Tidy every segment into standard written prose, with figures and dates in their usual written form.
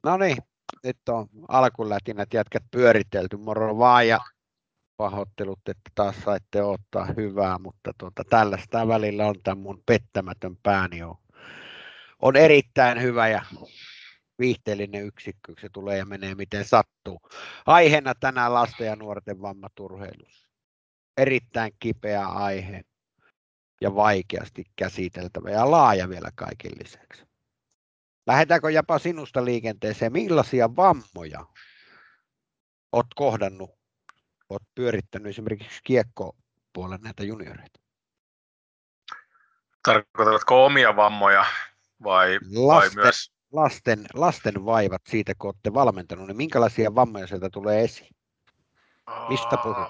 No niin, nyt on alkulätinät jätkät pyöritelty. Moro vaan ja pahoittelut, että taas saitte ottaa hyvää, mutta tällaista välillä on tämä mun pettämätön pääni on erittäin hyvä ja viihteellinen yksikkö, se tulee ja menee miten sattuu. Aiheena tänään lasten ja nuorten vammat urheilussa. Erittäin kipeä aihe ja vaikeasti käsiteltävä ja laaja vielä kaiken lisäksi. Lähdetäänkö jopa sinusta liikenteeseen? Millaisia vammoja olet kohdannut? Olet pyörittänyt esimerkiksi kiekkopuolella näitä junioreita? Tarkoitatko omia vammoja vai myös? Lasten vaivat siitä, kun olette valmentanut, niin minkälaisia vammoja sieltä tulee esiin? Mistä puhut?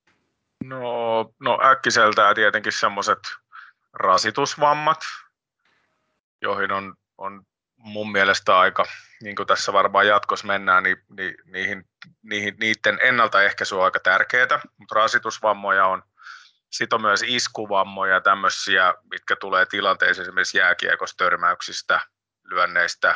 No äkkiseltään tietenkin semmoiset rasitusvammat, joihin on mun mielestä aika, niin kuin tässä varmaan jatkossa mennään, niiden ennaltaehkäisy on aika tärkeää, mutta rasitusvammoja on. Sitten on myös iskuvammoja, tämmöisiä, mitkä tulee tilanteisiin esimerkiksi jääkiekossa, törmäyksistä, lyönneistä.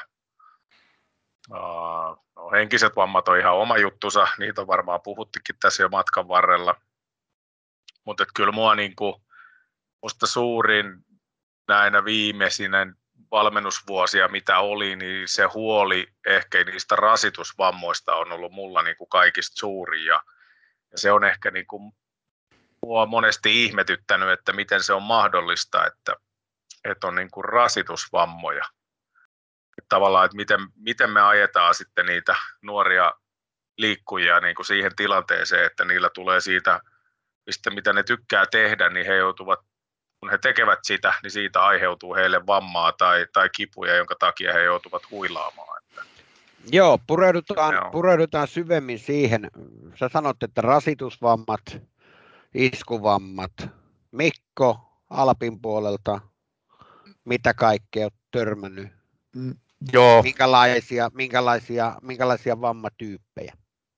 Henkiset vammat on ihan oma juttusa, niitä on varmaan puhuttikin tässä jo matkan varrella. Mutta kyllä musta suurin näinä viimeisinä valmennusvuosia, mitä oli, niin se huoli ehkä niistä rasitusvammoista on ollut mulla kaikista suurin. Ja se on ehkä mua on monesti ihmetyttänyt, että miten se on mahdollista, että on rasitusvammoja. Tavallaan, että miten me ajetaan sitten niitä nuoria liikkujia siihen tilanteeseen, että niillä tulee siitä, mitä ne tykkää tehdä, niin he joutuvat, kun he tekevät sitä, niin siitä aiheutuu heille vammaa tai kipuja, jonka takia he joutuvat huilaamaan. Joo, pureudutaan syvemmin siihen. Sä sanot, että rasitusvammat, iskuvammat. Mikko Alpin puolelta, mitä kaikkea olet törmännyt? Joo. Minkälaisia vammatyyppejä?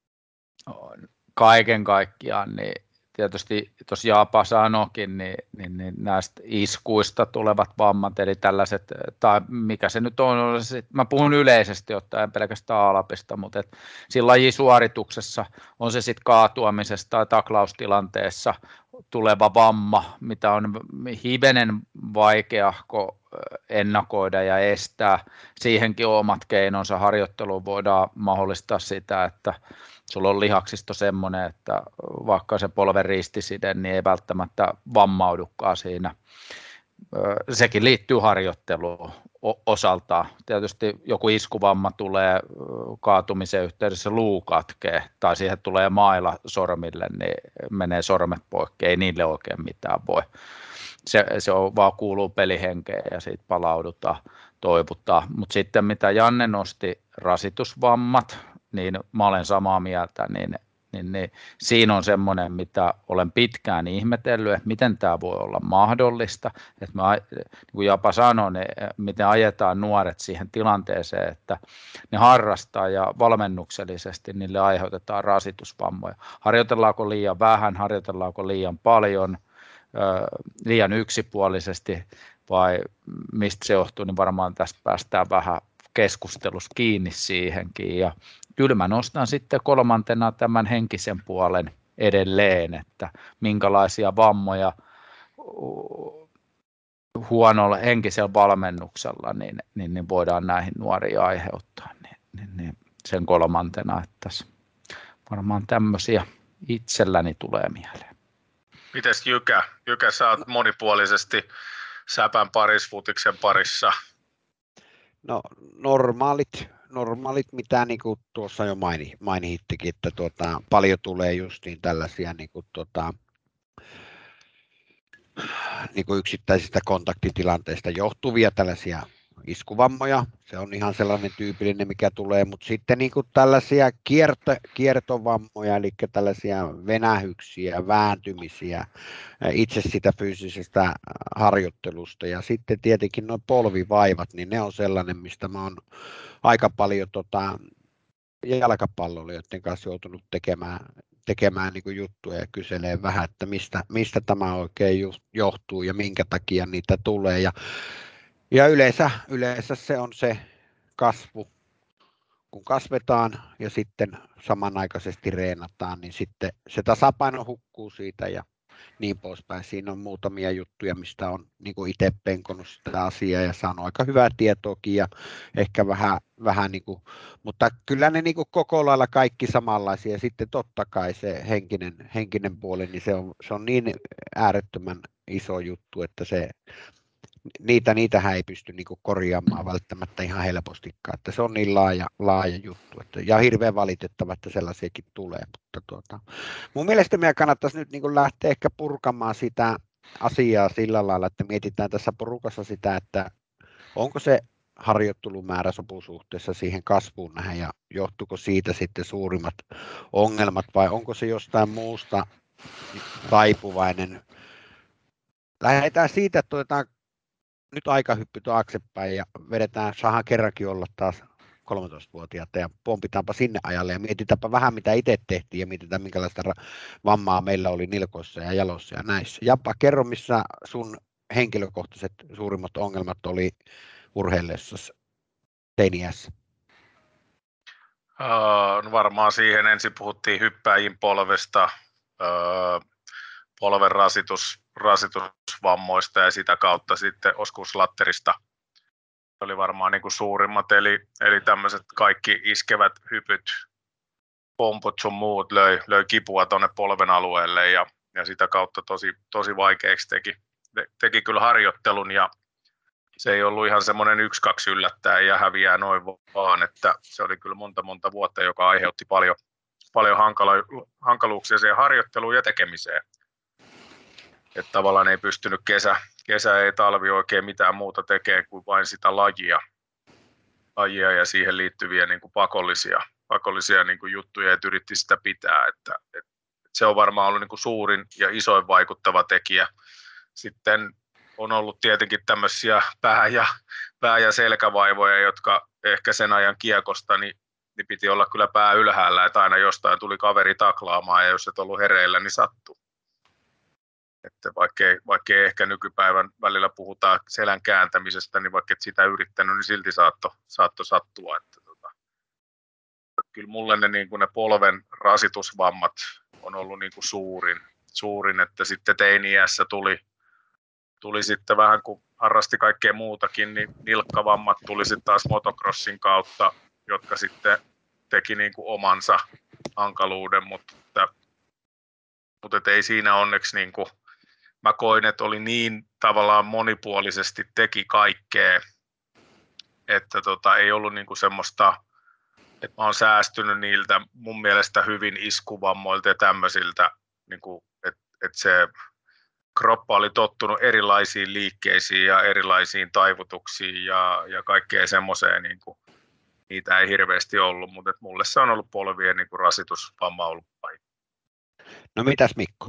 Kaiken kaikkiaan, niin tietysti tuossa Jaapa sanoikin, niin näistä iskuista tulevat vammat, eli tällaiset, tai mikä se nyt on, mä puhun yleisesti ottaen pelkästään Alpista, mutta siinä lajisuorituksessa on se sitten kaatuamisessa tai taklaustilanteessa tuleva vamma, mitä on hivenen vaikea ennakoida ja estää. Siihenkin omat keinonsa harjoitteluun voidaan mahdollistaa sitä, että sulla on lihaksisto semmoinen, että vaikka se polven ristiside, niin ei välttämättä vammaudukaan siinä. Sekin liittyy harjoitteluun osaltaan. Tietysti joku iskuvamma tulee kaatumisen yhteydessä, luu katkee tai siihen tulee maila sormille, niin menee sormet poikki, ei niille oikein mitään voi. Se on, vaan kuuluu pelihenkeen ja siitä palaudutaan, toivutaan. Mutta sitten mitä Janne nosti, rasitusvammat, niin mä olen samaa mieltä, niin siinä on semmoinen, mitä olen pitkään ihmetellyt, että miten tämä voi olla mahdollista, että niin kuin Japa sanoi, niin miten ajetaan nuoret siihen tilanteeseen, että ne harrastaa ja valmennuksellisesti niille aiheutetaan rasitusvammoja. Harjoitellaanko liian vähän, harjoitellaanko liian paljon, liian yksipuolisesti vai mistä se johtuu, niin varmaan tässä päästään vähän keskustelussa kiinni siihenkin. Ja kyllä mä nostan sitten kolmantena tämän henkisen puolen edelleen, että minkälaisia vammoja huonolla henkisellä valmennuksella niin voidaan näihin nuoriin aiheuttaa. Niin sen kolmantena, että tässä varmaan tämmöisiä itselläni tulee mieleen. Mites Jykä? Jykä, sä oot monipuolisesti säpän parissa, futiksen parissa. No normaalit mitä niin kuin tuossa jo mainittikin, että paljon tulee justiin tällaisia niin kuin yksittäisistä kontaktitilanteista johtuvia tällaisia iskuvammoja. Se on ihan sellainen tyypillinen, mikä tulee, mutta sitten niin kuin tällaisia kiertovammoja, eli tällaisia venähyksiä, vääntymisiä itse sitä fyysisestä harjoittelusta. Ja sitten tietenkin nuo polvivaivat, niin ne on sellainen, mistä mä oon aika paljon jalkapalloilijoiden kanssa joutunut tekemään niin kuin juttuja ja kyselee vähän, että mistä tämä oikein johtuu ja minkä takia niitä tulee. Ja yleensä se on se kun kasvetaan ja sitten samanaikaisesti reenataan, niin sitten se tasapaino hukkuu siitä ja niin poispäin. Siinä on muutamia juttuja, mistä on niin kuin itse penkonut sitä asiaa ja saanut aika hyvää tietoakin ja ehkä vähän niin kuin, mutta kyllä ne niin kuin koko lailla kaikki samanlaisia ja sitten totta kai se henkinen puoli, niin se on niin äärettömän iso juttu, että niitähän ei pysty niin kuin korjaamaan välttämättä ihan helpostikaan, että se on niin laaja juttu, ja hirveän valitettava, että sellaisiakin tulee, mutta mun mielestä meidän kannattaisi nyt niin kuin lähteä ehkä purkamaan sitä asiaa sillä lailla, että mietitään tässä porukassa sitä, että onko se harjoittelumäärä sopusuhteessa siihen kasvuun nähden ja johtuuko siitä sitten suurimmat ongelmat vai onko se jostain muusta taipuvainen. Lähdetään siitä, että otetaan nyt aikahyppy taaksepäin ja saadaan kerrankin olla taas 13-vuotiaita ja pompitaanpa sinne ajalle ja mietitäänpä vähän mitä itse tehtiin ja mietitään minkälaista vammaa meillä oli nilkoissa ja jaloissa ja näissä. Japa, kerro missä sun henkilökohtaiset suurimmat ongelmat oli urheillessasi teiniässä? No varmaan siihen ensin puhuttiin hyppääjin polvesta, polven rasitusvammoista ja sitä kautta sitten oskuuslatterista oli varmaan niin kuin suurimmat, eli tämmöiset kaikki iskevät hypyt, pomput sun muut löi kipua tuonne polven alueelle ja sitä kautta tosi vaikeaksi teki kyllä harjoittelun ja se ei ollut ihan semmoinen 1-2 yllättää ja häviää noin vaan, että se oli kyllä monta vuotta, joka aiheutti paljon hankaluuksia siihen harjoitteluun ja tekemiseen. Että tavallaan ei pystynyt kesä ei talvi oikein mitään muuta tekemään kuin vain sitä lajia ja siihen liittyviä niin kuin pakollisia niin kuin juttuja, että yritti sitä pitää. Että se on varmaan ollut niin kuin suurin ja isoin vaikuttava tekijä. Sitten on ollut tietenkin tämmöisiä pää- ja selkävaivoja, jotka ehkä sen ajan kiekosta niin piti olla kyllä pää ylhäällä, että aina jostain tuli kaveri taklaamaan ja jos et ollut hereillä, niin sattuu. Että vaikkei ehkä nykypäivän välillä puhutaan selän kääntämisestä, niin vaikka et sitä yrittänyt, niin silti saatto sattua. Että kyllä mulle ne polven rasitusvammat on ollut niin kuin suurin, että sitten teini-iässä tuli sitten vähän kun harrasti kaikkea muutakin, niin nilkkavammat tuli sitten taas motocrossin kautta, jotka sitten teki niin kuin omansa hankaluuden, mutta ei siinä onneksi niin kuin mä koin, että oli niin tavallaan monipuolisesti teki kaikkea, että ei ollut niinku semmoista, että mä oon säästynyt niiltä mun mielestä hyvin iskuvammoilta ja tämmöisiltä, niinku, että se kroppa oli tottunut erilaisiin liikkeisiin ja erilaisiin taivutuksiin ja kaikkeen semmoiseen, niinku, niitä ei hirveästi ollut, mutta mulle se on ollut polvien niinku rasitusvamma ollut pahin. No mitäs Mikko?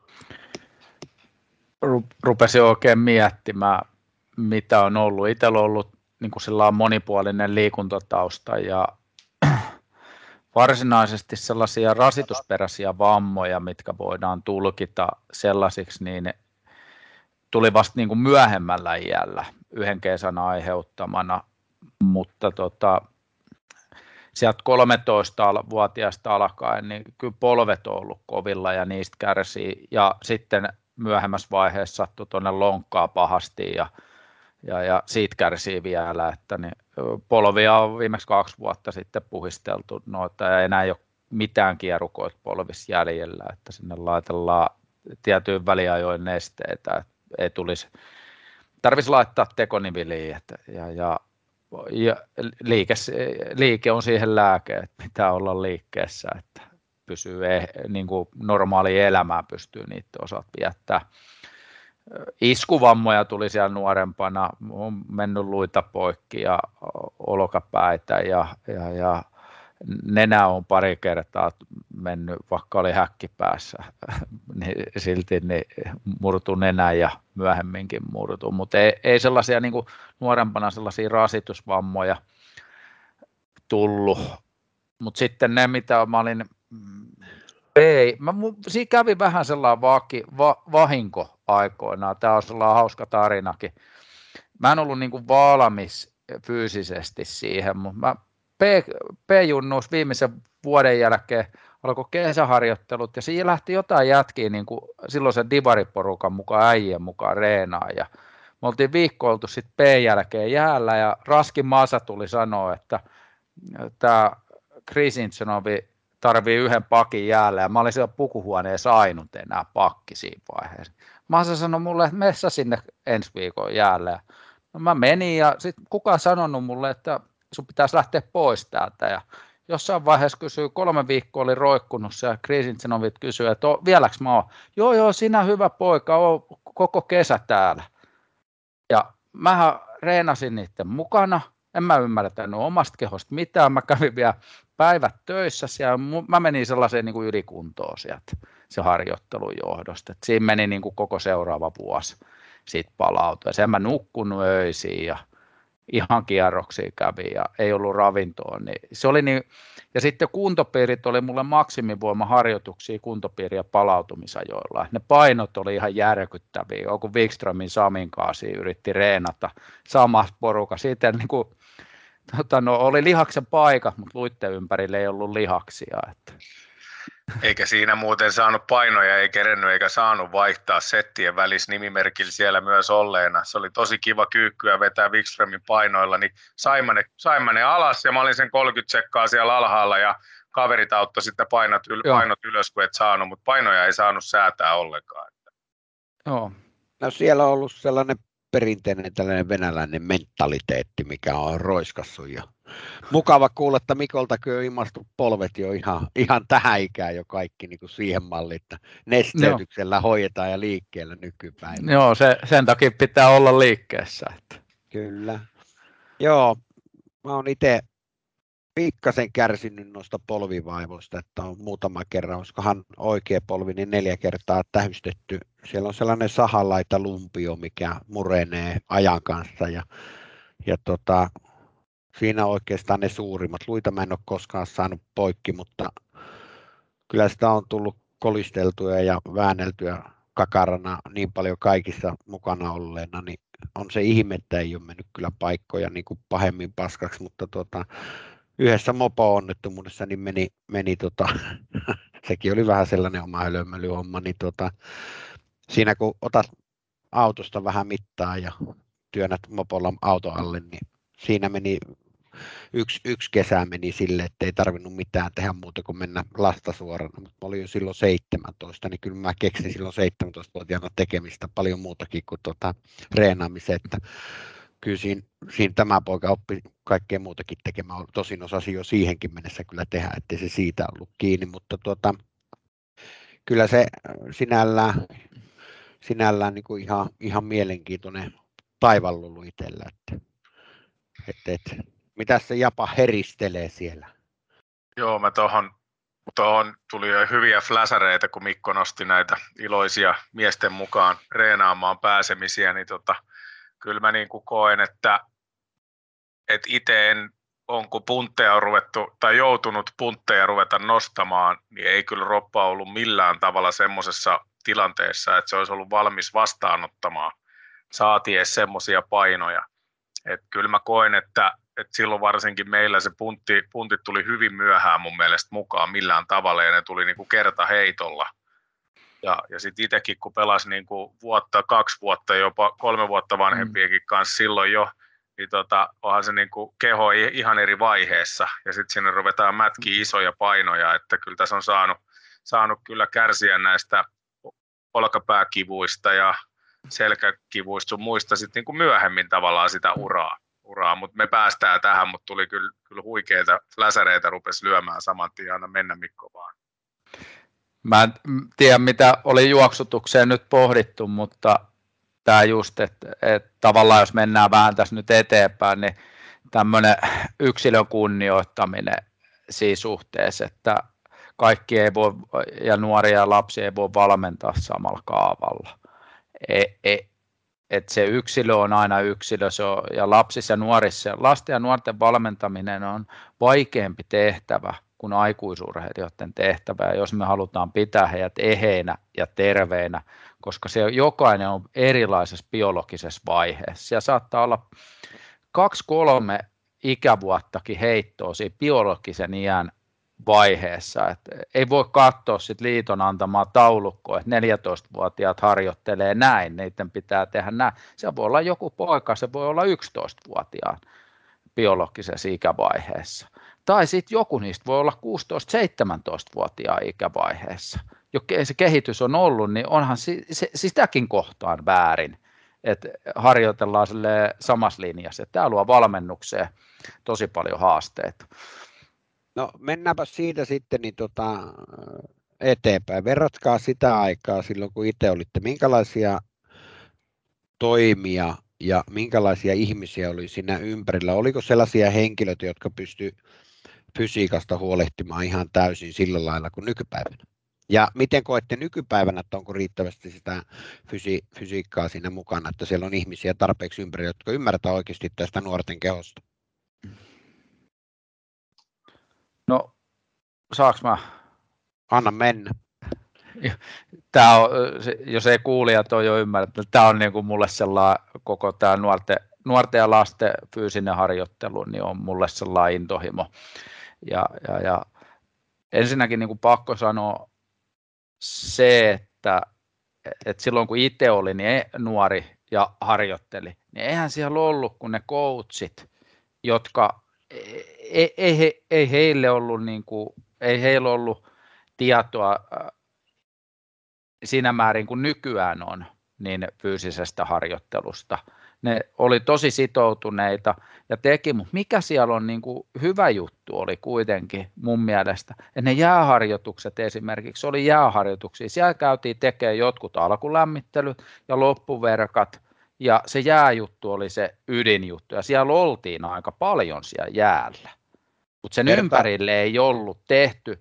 Rupesin oikein miettimään, mitä on ollut. Itsellä on ollut niin kuin monipuolinen liikuntatausta ja varsinaisesti sellaisia rasitusperäisiä vammoja, mitkä voidaan tulkita sellaisiksi, niin tuli vasta niin kuin myöhemmällä iällä yhden kesän aiheuttamana, mutta sieltä 13-vuotiaasta alkaen niin kyllä polvet on ollut kovilla ja niistä kärsii ja sitten myöhemmässä vaiheessa sattui tuonne lonkkaa pahasti ja siitä kärsii vielä, että niin polvia on viimeksi 2 vuotta sitten puhisteltu noita ja enää ei ole mitään kierukoita polvissa jäljellä, että sinne laitellaan tietyin väliajoin nesteitä, että ei tarvitsisi laittaa tekoniviliin ja liike on siihen lääke, että pitää olla liikkeessä, että pysyy niin kuin normaali elämää pystyy niiden osat viettää. Iskuvammoja tuli siellä nuorempana, on mennyt luita poikki ja olkapäitä ja nenä on pari kertaa mennyt, vaikka oli häkki päässä, niin silti niin murtui nenä ja myöhemminkin murtui, mutta ei sellaisia niin kuin nuorempana sellaisia rasitusvammoja tullut, mutta sitten ne mitä mä olin siinä kävi vähän sellainen vahinko aikoinaan. Tämä on sellainen hauska tarinakin. Mä en ollut niin kuin valmis fyysisesti siihen, mutta mä P-junnuus viimeisen vuoden jälkeen alkoi kesäharjoittelut ja siinä lähti jotain jätkiä niin kuin silloisen divariporukan mukaan, äijien mukaan reenaa ja me oltiin viikko oltu sitten P-jälkeen jäällä ja Raskin Masa tuli sanoa, että tämä Krisintsenovi tarvii yhden pakin jäällä ja mä olin siellä pukuhuoneessa ainut enää pakki siinä vaiheessa. Masa sanoi mulle, että mene sinne ensi viikon jäällä. Ja no mä menin ja sitten kukaan sanonut mulle, että sun pitäisi lähteä pois täältä ja jossain vaiheessa kysyy, 3 viikkoa oli roikkunut ja Krisintsenovit kysyy, että vieläks mä oon? Joo, sinä hyvä poika, oon koko kesä täällä. Ja mähän reenasin niiden mukana, en mä ymmärtänyt omasta kehosta mitään, mä kävin vielä päivät töissä siellä, mä menin sellaiseen niin kuin ylikuntoon sieltä se harjoittelun johdosta, että siinä meni niin kuin koko seuraava vuosi siitä palautui, ja sen mä nukkunut öisiin ja ihan kierroksia kävi ja ei ollut ravintoa, niin se oli niin, ja sitten kuntopiirit oli mulle maksimivoimaharjoituksia kuntopiiri- ja palautumisajoilla, ne painot oli ihan järkyttäviä, kun Wikströmin Samin kanssa yritti reenata samassa porukassa, siitä niin kuin, oli lihaksen paikat, mutta luitten ympärille ei ollut lihaksia. Että. Eikä siinä muuten saanut painoja, ei kerennyt eikä saanut vaihtaa settien välissä nimimerkillä siellä myös olleena. Se oli tosi kiva kyykkyä vetää Wikströmin painoilla, niin saimme ne alas ja mä olin sen 30 sekkaa siellä alhaalla ja kaverit auttoi sitten painot ylös, kun et saanut, mutta painoja ei saanut säätää ollenkaan. Joo. No siellä on ollut sellainen perinteinen tällainen venäläinen mentaliteetti, mikä on roiskassu ja mukava kuulla, että Mikolta kyllä on imastu polvet jo ihan tähän ikään jo kaikki niin kuin siihen malliin, että nesteytyksellä hoidetaan ja liikkeellä nykypäivänä. Joo, sen takia pitää olla liikkeessä. Että. Kyllä. Joo, mä oon itse pikkasen kärsinyt noista polvivaivoista, että on muutama kerran, olisikohan oikea polvi, niin 4 kertaa tähystetty. Siellä on sellainen sahanlaita lumpio, mikä murenee ajan kanssa ja siinä oikeastaan ne suurimmat. Luita mä en ole koskaan saanut poikki, mutta kyllä sitä on tullut kolisteltua ja väänneltyä kakarana niin paljon kaikissa mukana olleena, niin on se ihme, että ei ole mennyt kyllä paikkoja niin kuin pahemmin paskaksi, mutta yhdessä mopo-onnettomuudessa niin meni sekin oli vähän sellainen oma hölmöilyhomma, niin siinä kun otat autosta vähän mittaa ja työnnät mopolla auton alle, niin siinä meni yksi kesä meni sille, että ei tarvinnut mitään tehdä muuta kuin mennä lasta suorana, mutta mä olin jo silloin 17, niin kyllä mä keksin silloin 17-vuotiaana tekemistä paljon muutakin kuin reenaamisen, että kyllä siinä tämä poika oppi kaikkea muutakin tekemään, tosin osasi jo siihenkin mennessä kyllä tehdä, ettei se siitä ollut kiinni, mutta kyllä se sinällään niin kuin ihan mielenkiintoinen taivallulu itsellä, että mitä se Japa heristelee siellä? Joo, mä tuohon tuli jo hyviä fläsäreitä, kun Mikko nosti näitä iloisia miesten mukaan reenaamaan pääsemisiä, niin kyllä mä niin kuin koen, että itse kun puntteja on ruvettu tai joutunut puntteja ruveta nostamaan, niin ei kyllä Roppa ollut millään tavalla semmoisessa tilanteessa, että se olisi ollut valmis vastaanottamaan. Saatiin edes semmoisia painoja. Että kyllä mä koen, että silloin varsinkin meillä se puntit tuli hyvin myöhään mun mielestä mukaan millään tavalla ja ne tuli niin kuin kertaheitolla. Ja sitten itsekin kun pelasi niin kuin vuotta, 2 vuotta, jopa 3 vuotta vanhempienkin kanssa silloin jo, niin onhan se niin kuin keho ihan eri vaiheessa ja sitten sinne ruvetaan mätkiä isoja painoja, että kyllä tässä on saanut kyllä kärsiä näistä olkapääkivuista ja selkäkivuista sun muista sitten niin kuin myöhemmin tavallaan sitä uraa, mutta me päästään tähän, mutta tuli kyllä huikeita läsäreitä rupesi lyömään saman tien, aina mennä Mikko vaan. Mä en tiedä, mitä oli juoksutukseen nyt pohdittu, mutta tämä just, että tavallaan jos mennään vähän tässä nyt eteenpäin, niin tämmöinen yksilön kunnioittaminen siinä suhteessa, että kaikki ei voi, ja nuoria ja lapsia ei voi valmentaa samalla kaavalla. Että se yksilö on aina yksilö, ja lapsissa ja nuorissa, lasten ja nuorten valmentaminen on vaikeampi tehtävä kuin aikuisurheilijoiden tehtävä, jos me halutaan pitää heidät eheinä ja terveinä, koska jokainen on erilaisessa biologisessa vaiheessa. Siellä saattaa olla 2-3 ikävuottakin heittoa siinä biologisen iän vaiheessa. Et ei voi katsoa sit liiton antamaa taulukkoa, että 14-vuotiaat harjoittelee näin, niiden pitää tehdä näin. Se voi olla joku poika, se voi olla 11-vuotiaan biologisessa ikävaiheessa. Tai sitten joku niistä voi olla 16-17-vuotiaan ikävaiheessa. Jos se kehitys on ollut, niin onhan sitäkin kohtaan väärin, että harjoitellaan samassa linjassa. Tämä luo valmennukseen tosi paljon haasteita. No mennäänpä siitä sitten niin eteenpäin. Verratkaa sitä aikaa silloin, kun itse olitte. Minkälaisia toimia ja minkälaisia ihmisiä oli siinä ympärillä? Oliko sellaisia henkilöitä, jotka pystyivät fysiikasta huolehtimaan ihan täysin sillä lailla kuin nykypäivänä? Ja miten koette nykypäivänä, että onko riittävästi sitä fysiikkaa siinä mukana, että siellä on ihmisiä tarpeeksi ympärillä, jotka ymmärtää oikeasti tästä nuorten kehosta? No, saaks mä? Anna mennä. Tämä on, jos ei kuulijat ole jo ymmärtänyt, tämä on niin kuin mulle sellainen koko tämä nuorten ja lasten fyysinen harjoittelu, niin on mulle sellainen intohimo. Ja ensinnäkin niin kuin pakko sanoa se, että silloin kun itse oli niin nuori ja harjoitteli, niin eihän siellä ollut kuin ne coachit, jotka ei heillä ollut tietoa siinä määrin kuin nykyään on niin fyysisestä harjoittelusta. Ne oli tosi sitoutuneita ja teki, mutta mikä siellä on niin kuin hyvä juttu oli kuitenkin mun mielestä, että ne jääharjoitukset esimerkiksi oli jääharjoituksia. Siellä käytiin tekemään jotkut alkulämmittelyt ja loppuverkat ja se jääjuttu oli se ydinjuttu ja siellä oltiin aika paljon siellä jäällä, mutta sen ympärille ei ollut tehty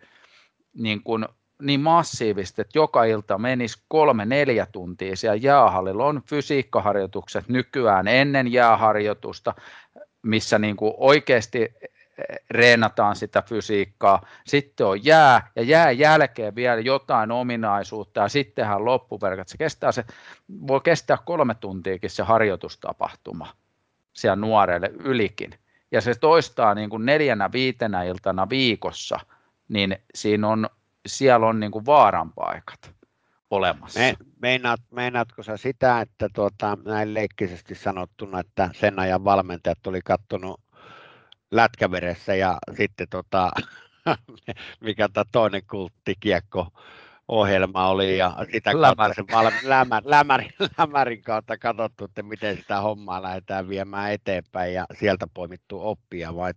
niin massiivisesti, että joka ilta menisi 3-4 tuntia siellä jäähallilla. On fysiikkaharjoitukset nykyään ennen jääharjoitusta, missä niin kuin oikeasti reenataan sitä fysiikkaa. Sitten on jää ja jään jälkeen vielä jotain ominaisuutta ja sittenhän loppuverkat. Se voi kestää 3 tuntiakin se harjoitustapahtuma siellä nuorelle ylikin. Ja se toistaa niin kuin 4-5 iltana viikossa, niin siellä on niin kuin vaaranpaikat olemassa. Meinaatko sä sitä, että näin leikkisesti sanottuna, että sen ajan valmentajat oli kattonut lätkäveressä ja sitten mikä tämä toinen kulttikiekko-ohjelma oli ja sitä kautta sen lämärin kautta katsottu, että miten sitä hommaa lähdetään viemään eteenpäin ja sieltä poimittu oppia vai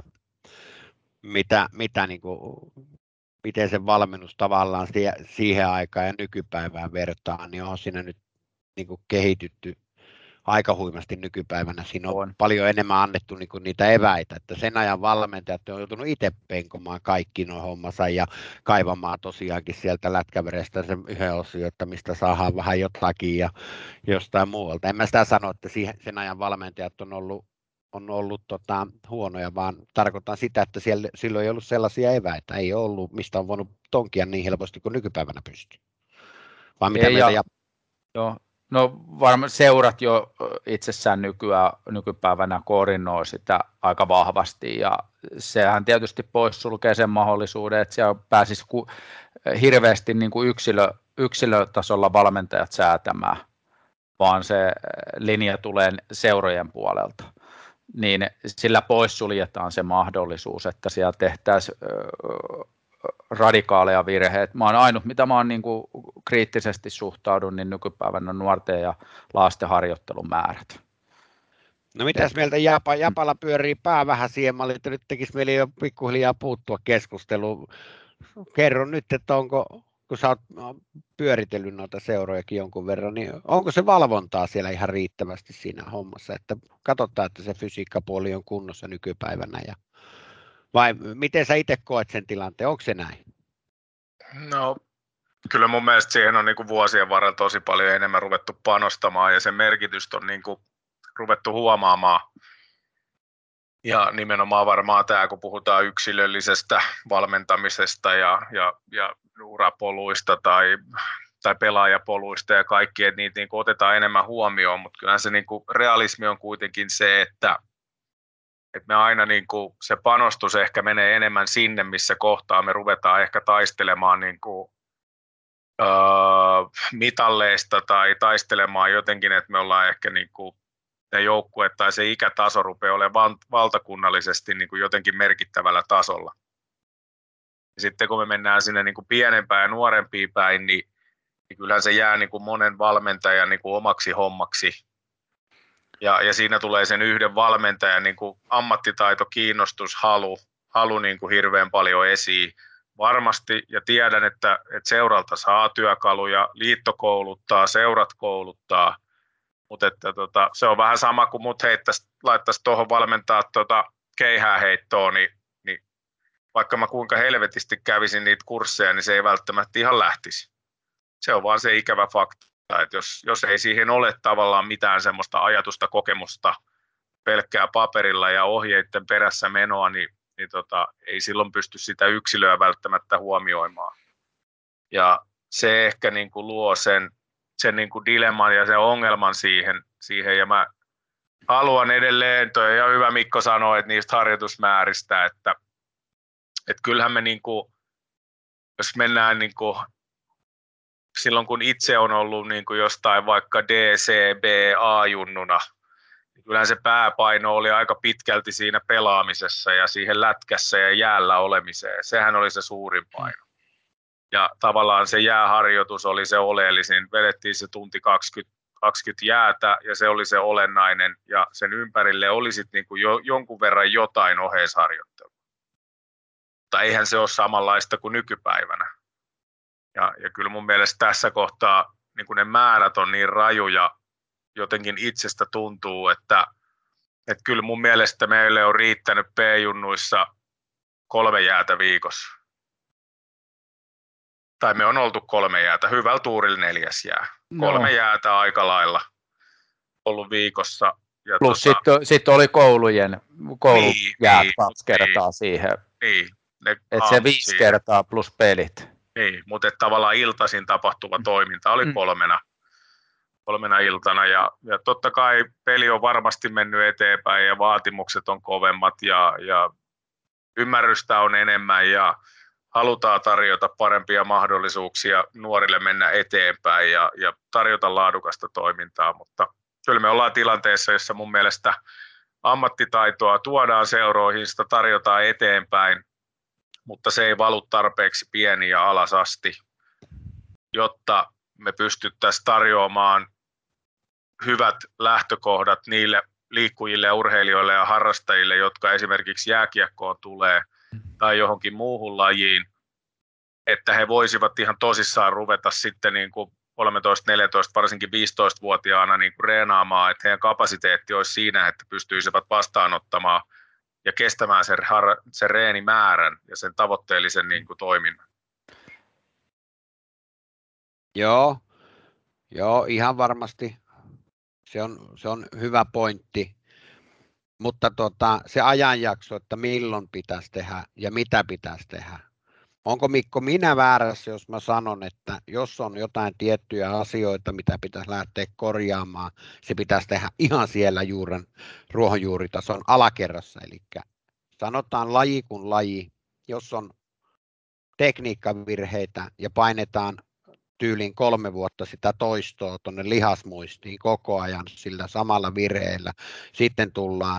mitä niin kuin, miten se valmennus tavallaan siihen aikaan ja nykypäivään vertaa, niin on siinä nyt niin kuin kehitytty aika huimasti nykypäivänä. Siinä on paljon enemmän annettu niin kuin niitä eväitä, että sen ajan valmentajat on joutunut itse penkomaan kaikki nuo hommansa ja kaivamaan tosiaankin sieltä lätkäverestä sen yhden osion, että mistä saadaan vähän jotakin ja jostain muualta. En mä sitä sano, että sen ajan valmentajat on ollut huonoja, vaan tarkoitan sitä, että silloin ei ollut sellaisia eväitä, ei ollut, mistä on voinut tonkia niin helposti kuin nykypäivänä pystyy. Vaan mitä Joo. No varmaan seurat jo itsessään nykypäivänä koordinoi sitä aika vahvasti ja sehän tietysti poissulkee sen mahdollisuuden, että siellä pääsisi hirveästi niin kuin yksilötasolla valmentajat säätämään, vaan se linja tulee seurojen puolelta. Niin sillä poissuljetaan se mahdollisuus, että siellä tehtäisiin radikaaleja virheitä. Mä oon ainut, mitä mä oon niin kuin kriittisesti suhtaudun, niin nykypäivänä nuorten ja lasten harjoittelumäärät. No mitäs mieltä Japalla pyörii pää vähän siihen malliin, että nyt tekisi meille jo pikkuhiljaa puuttua keskusteluun. Kerro nyt, että kun sä oot pyöritellyt noita seurojakin jonkun verran, niin onko se valvontaa siellä ihan riittävästi siinä hommassa, että katsotaan, että se fysiikkapuoli on kunnossa nykypäivänä vai miten sä itse koet sen tilanteen, onko se näin? No kyllä mun mielestä siihen on niin kuin vuosien varrella tosi paljon enemmän ruvettu panostamaan ja sen merkitystä on niin kuin ruvettu huomaamaan. Ja nimenomaan varmaan tämä, kun puhutaan yksilöllisestä valmentamisesta ja urapoluista tai pelaajapoluista ja kaikki, että niitä niin kuin otetaan enemmän huomioon, mutta kyllähän se niin kuin realismi on kuitenkin se, että Et me aina niin kuin se panostus ehkä menee enemmän sinne, missä kohtaa me ruvetaan ehkä taistelemaan niin kuin, mitalleista tai taistelemaan jotenkin, että me ollaan ehkä niin kuin ne joukkueet tai se ikätaso rupeaa olemaan valtakunnallisesti niin kuin jotenkin merkittävällä tasolla. Ja sitten kun me mennään sinne niin kuin pienempään ja nuorempiin päin, niin kyllähän se jää niin kuin monen valmentajan niin kuin omaksi hommaksi. Ja siinä tulee sen yhden valmentajan niin kuin ammattitaito, kiinnostus, halu niin kuin hirveän paljon esiin. Varmasti, ja tiedän, että seuralta saa työkaluja, liitto kouluttaa, seurat kouluttaa, mutta se on vähän sama kuin mut laittaisi tuohon valmentaa keihää heittoon, niin vaikka mä kuinka helvetisti kävisin niitä kursseja, niin se ei välttämättä ihan lähtisi. Se on vaan se ikävä fakta, että jos ei siihen ole tavallaan mitään semmoista ajatusta, kokemusta, pelkkää paperilla ja ohjeiden perässä menoa, niin ei silloin pysty sitä yksilöä välttämättä huomioimaan. Ja se ehkä niin kuin luo sen niin kuin dilemman ja sen ongelman siihen. Ja mä haluan edelleen, ja hyvä Mikko sanoi, että niistä harjoitusmääristä, että kyllähän me niin kuin, jos mennään niin kuin, silloin kun itse on ollut niin kuin jostain vaikka DCB-A-junnuna, niin kyllähän se pääpaino oli aika pitkälti siinä pelaamisessa ja siihen lätkässä ja jäällä olemiseen. Sehän oli se suurin paino. Ja tavallaan se jääharjoitus oli se oleellisin. Vedettiin se tunti 20 jäätä ja se oli se olennainen. Ja sen ympärille oli sitten niin kuin jonkun verran jotain oheisharjoittelua. Mutta eihän se ole samanlaista kuin nykypäivänä. Ja kyllä mun mielestä tässä kohtaa niin kuin ne määrät on niin rajuja, jotenkin itsestä tuntuu, että kyllä mun mielestä meille on riittänyt P-junnuissa 3 jäätä viikossa. Tai me on oltu 3 jäätä, hyvällä tuurilla 4 jää. 3 jäätä aika lailla ollut viikossa. Ja plus sitten oli koulujäät 2 kertaa siihen. Niin. Että se 5 kertaa plus pelit. Niin, mutta tavallaan iltaisin tapahtuva toiminta oli 3 iltana ja totta kai peli on varmasti mennyt eteenpäin ja vaatimukset on kovemmat ja ymmärrystä on enemmän ja halutaan tarjota parempia mahdollisuuksia nuorille mennä eteenpäin ja tarjota laadukasta toimintaa, mutta kyllä me ollaan tilanteessa, jossa mun mielestä ammattitaitoa tuodaan seuroihin, sitä tarjotaan eteenpäin, mutta se ei valu tarpeeksi pieni ja alas asti, jotta me pystyttäisiin tarjoamaan hyvät lähtökohdat niille liikkujille ja urheilijoille ja harrastajille, jotka esimerkiksi jääkiekkoon tulee tai johonkin muuhun lajiin, että he voisivat ihan tosissaan ruveta sitten niin kuin 13, 14, varsinkin 15-vuotiaana niin kuin reenaamaan, että heidän kapasiteetti olisi siinä, että pystyisivät vastaanottamaan ja kestämään sen reenimäärän ja sen tavoitteellisen niin kuin toiminnan. Joo, ihan varmasti. Se on hyvä pointti. Mutta se ajanjakso, että milloin pitäisi tehdä ja mitä pitäisi tehdä. Onko Mikko minä väärässä, jos mä sanon, että jos on jotain tiettyjä asioita, mitä pitäisi lähteä korjaamaan, se pitäisi tehdä ihan siellä ruohonjuuritason alakerrassa. Eli sanotaan laji kuin laji, jos on tekniikkavirheitä ja painetaan tyyliin 3 vuotta sitä toistoa tuonne lihasmuistiin koko ajan sillä samalla virheellä. Sitten tullaan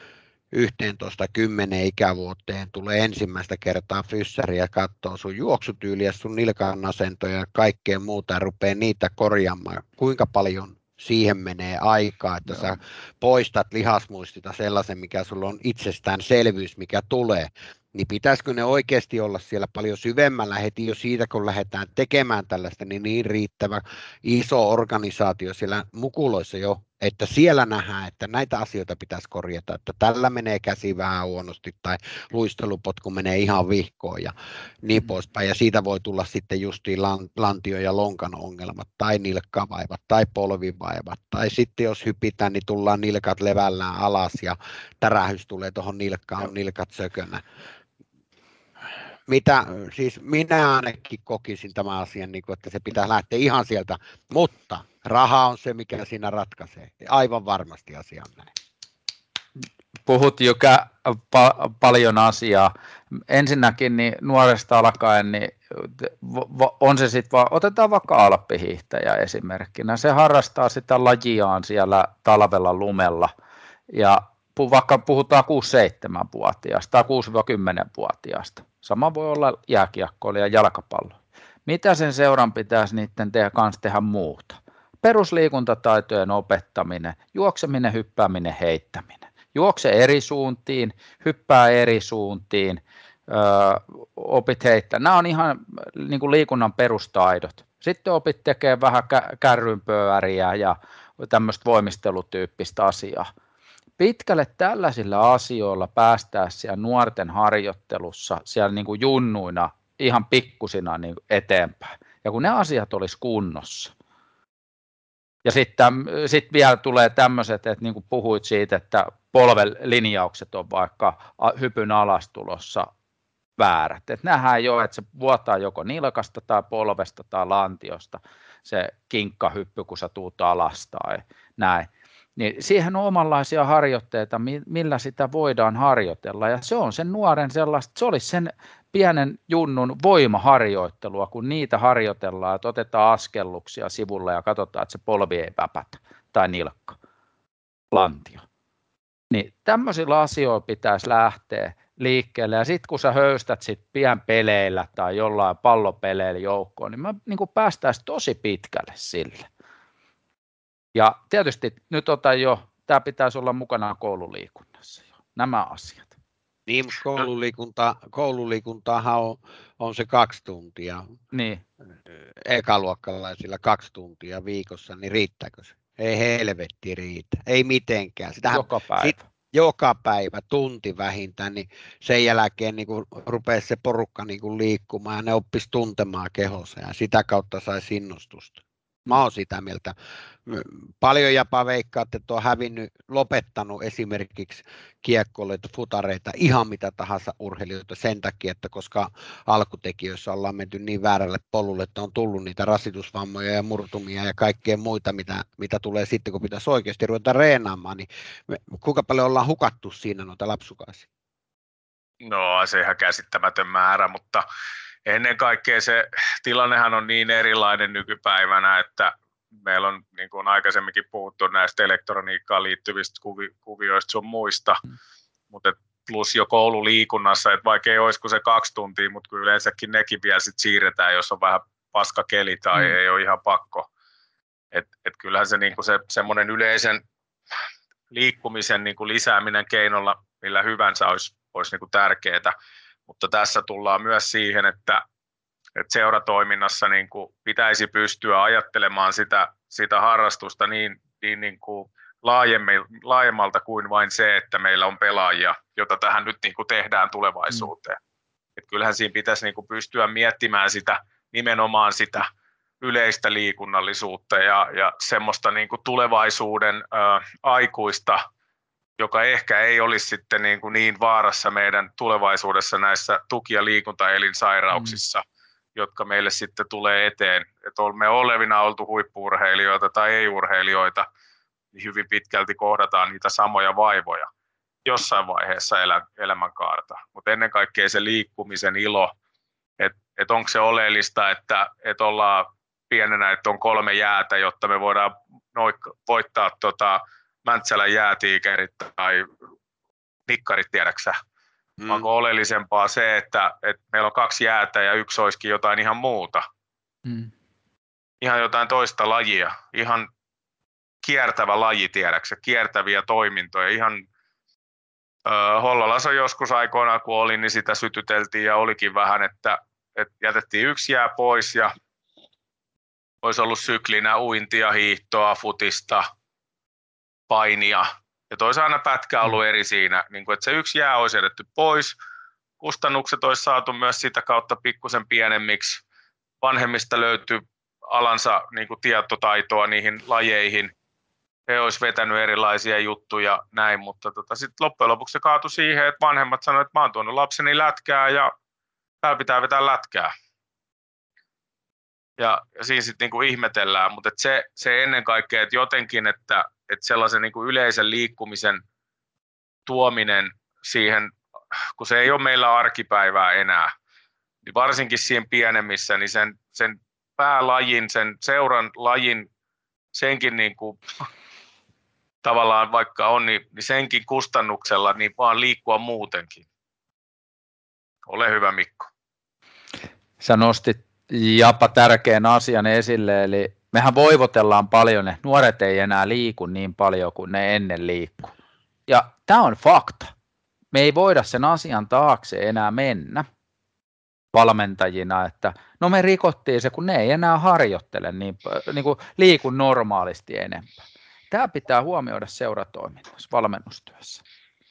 11-10 ikävuoteen, tulee ensimmäistä kertaa fyssäri ja katsoo sun juoksutyyliä, sun nilkan asentoja ja kaikkea muuta ja rupeaa niitä korjaamaan. Kuinka paljon siihen menee aikaa, että sä poistat lihasmuistita sellaisen, mikä sulla on itsestäänselvyys, mikä tulee. Niin pitäisikö ne oikeasti olla siellä paljon syvemmällä heti jo siitä, kun lähdetään tekemään tällaista, niin riittävä iso organisaatio siellä mukuloissa jo, että siellä nähdään, että näitä asioita pitäisi korjata, että tällä menee käsi vähän huonosti tai luistelupotku menee ihan vihkoon ja niin poispäin. Ja siitä voi tulla sitten justiin lantio- ja lonkan ongelmat tai nilkkavaivat tai polvivaivat. Tai sitten jos hypitään, niin tullaan nilkat levällään alas ja tärähys tulee tuohon nilkkaan, on nilkat sökönä. Siis minä ainakin kokisin tämän asian, että se pitää lähteä ihan sieltä, mutta raha on se, mikä siinä ratkaisee. Aivan varmasti asia on näin. puhut paljon asiaa. Ensinnäkin niin nuoresta alkaen, niin on se sitten otetaan vaikka alppihiihtäjä esimerkkinä. Se harrastaa sitä lajiaan siellä talvella lumella ja vaikka puhutaan 6-7-vuotiaasta tai 6-10-vuotiaasta. Sama voi olla jääkiekkoilija ja jalkapallo. Mitä sen seuran pitäisi niiden kanssa tehdä muuta? Perusliikuntataitojen opettaminen, juokseminen, hyppääminen, heittäminen. Juokse eri suuntiin, hyppää eri suuntiin, opit heittää. Nämä on ihan niin kuin liikunnan perustaidot. Sitten opit tekee vähän kärrynpyöriä ja tämmöistä voimistelutyyppistä asiaa. Pitkälle tällaisilla asioilla päästään siellä nuorten harjoittelussa, siellä niin kuin junnuina, ihan pikkusina niin kuin eteenpäin. Ja kun ne asiat olisi kunnossa. Ja sitten vielä tulee tämmöiset, että niin kuin puhuit siitä, että polven linjaukset on vaikka hypyn alastulossa väärät. Että nähdään jo, että se vuotaa joko nilkasta tai polvesta tai lantiosta se kinkkahyppy, kun sä tuut alas tai näin. Niin siihen on omanlaisia harjoitteita, millä sitä voidaan harjoitella, ja se on sen nuoren sellaista, se olisi sen pienen junnun voimaharjoittelua, kun niitä harjoitellaan, että otetaan askelluksia sivulle ja katsotaan, että se polvi ei väpätä, tai nilkka, lantio. Niin tämmöisillä asioilla pitäisi lähteä liikkeelle, ja sitten kun sä höystät sit pienpeleillä tai jollain pallopeleillä joukkoon, niin me niin päästäisiin tosi pitkälle sille. Ja tietysti nyt tämä pitäisi olla mukana koululiikunnassa jo, nämä asiat. Niin, koululiikuntaahan on se 2 tuntia. Niin. Ekaluokkalaisilla 2 tuntia viikossa, niin riittääkö se? Ei helvetti riitä, ei mitenkään. Sitähän, joka päivä. Joka päivä, tunti vähintään, niin sen jälkeen niin rupeaa se porukka niin liikkumaan ja ne oppisi tuntemaan kehossa ja sitä kautta saisi innostusta. Mä oon sitä mieltä. Paljon jopa veikkaat, että on lopettanut esimerkiksi kiekkoilijoita, futareita, ihan mitä tahansa urheilijoita sen takia, että koska alkutekijöissä ollaan menty niin väärälle polulle, että on tullut niitä rasitusvammoja ja murtumia ja kaikkea muita, mitä tulee sitten, kun pitäisi oikeasti ruveta reenaamaan, niin kuinka paljon ollaan hukattu siinä noita lapsukaisia? No, se ihan käsittämätön määrä, mutta ennen kaikkea se tilannehan on niin erilainen nykypäivänä, että meillä on, niin kuin aikaisemminkin puhuttu näistä elektroniikkaan liittyvistä kuvioista sun muista, mutta plus jo koululiikunnassa, että vaikka ei olisi kuin se 2 tuntia, mutta kun yleensäkin nekin vielä sit siirretään, jos on vähän paska keli tai ei ole ihan pakko. Et kyllähän se, niin kuin se semmoinen yleisen liikkumisen niin kuin lisääminen keinolla millä hyvänsä olisi niin kuin tärkeää. Mutta tässä tullaan myös siihen, että seuratoiminnassa niin kuin pitäisi pystyä ajattelemaan sitä harrastusta niin kuin laajemmalta kuin vain se, että meillä on pelaajia, jota tähän nyt niin kuin tehdään tulevaisuuteen. Et kyllähän siinä pitäisi niin kuin pystyä miettimään nimenomaan sitä yleistä liikunnallisuutta ja semmoista niin kuin tulevaisuuden aikuista, joka ehkä ei olisi sitten niin vaarassa meidän tulevaisuudessa näissä tuki- ja liikuntaelinsairauksissa, jotka meille sitten tulee eteen. Että me olevina oltu huippu-urheilijoita tai ei-urheilijoita, niin hyvin pitkälti kohdataan niitä samoja vaivoja jossain vaiheessa elämänkaarta. Mutta ennen kaikkea se liikkumisen ilo, että onko se oleellista, että ollaan pienenä, että on 3 jäätä, jotta me voidaan voittaa Mäntsälän jäätiikerit tai nikkarit, tiedäksä. Onko oleellisempaa se, että meillä on 2 jäätä ja yksi olisikin jotain ihan muuta. Ihan jotain toista lajia. Ihan kiertävä laji, tiedäksä. Kiertäviä toimintoja. Ihan Hollalassa joskus aikoinaan, kun oli, niin sitä sytyteltiin ja olikin vähän, että jätettiin 1 jää pois ja olisi ollut syklinä uintia, hiihtoa, futista, painia. Ja toisaalta aina pätkä ollut eri siinä, niin kuin, että se 1 jää olisi jätetty pois. Kustannukset olisi saatu myös sitä kautta pikkusen pienemmiksi. Vanhemmista löytyy alansa niin kuin tietotaitoa niihin lajeihin. He olisi vetänyt erilaisia juttuja näin, mutta sitten loppujen lopuksi se kaatui siihen, että vanhemmat sanoivat, että mä oon tuonut lapseni lätkää ja täällä pitää vetää lätkää. Ja siinä sitten niinku ihmetellään, mutta se ennen kaikkea, että jotenkin, että sellaisen niinku yleisen liikkumisen tuominen siihen, kun se ei ole meillä arkipäivää enää, niin varsinkin siinä pienemmissä, niin sen päälajin, sen seuran lajin, senkin niin kuin, tavallaan vaikka on, niin senkin kustannuksella niin vaan liikkua muutenkin. Ole hyvä, Mikko. Sä nostit, Japa, tärkeän asian esille, eli mehän voivotellaan paljon, että nuoret ei enää liiku niin paljon kuin ne ennen liikkuu. Ja tämä on fakta. Me ei voida sen asian taakse enää mennä valmentajina, että no me rikottiin se, kun ne ei enää harjoittele niin kuin liiku normaalisti enempää. Tämä pitää huomioida seuratoiminnassa, valmennustyössä.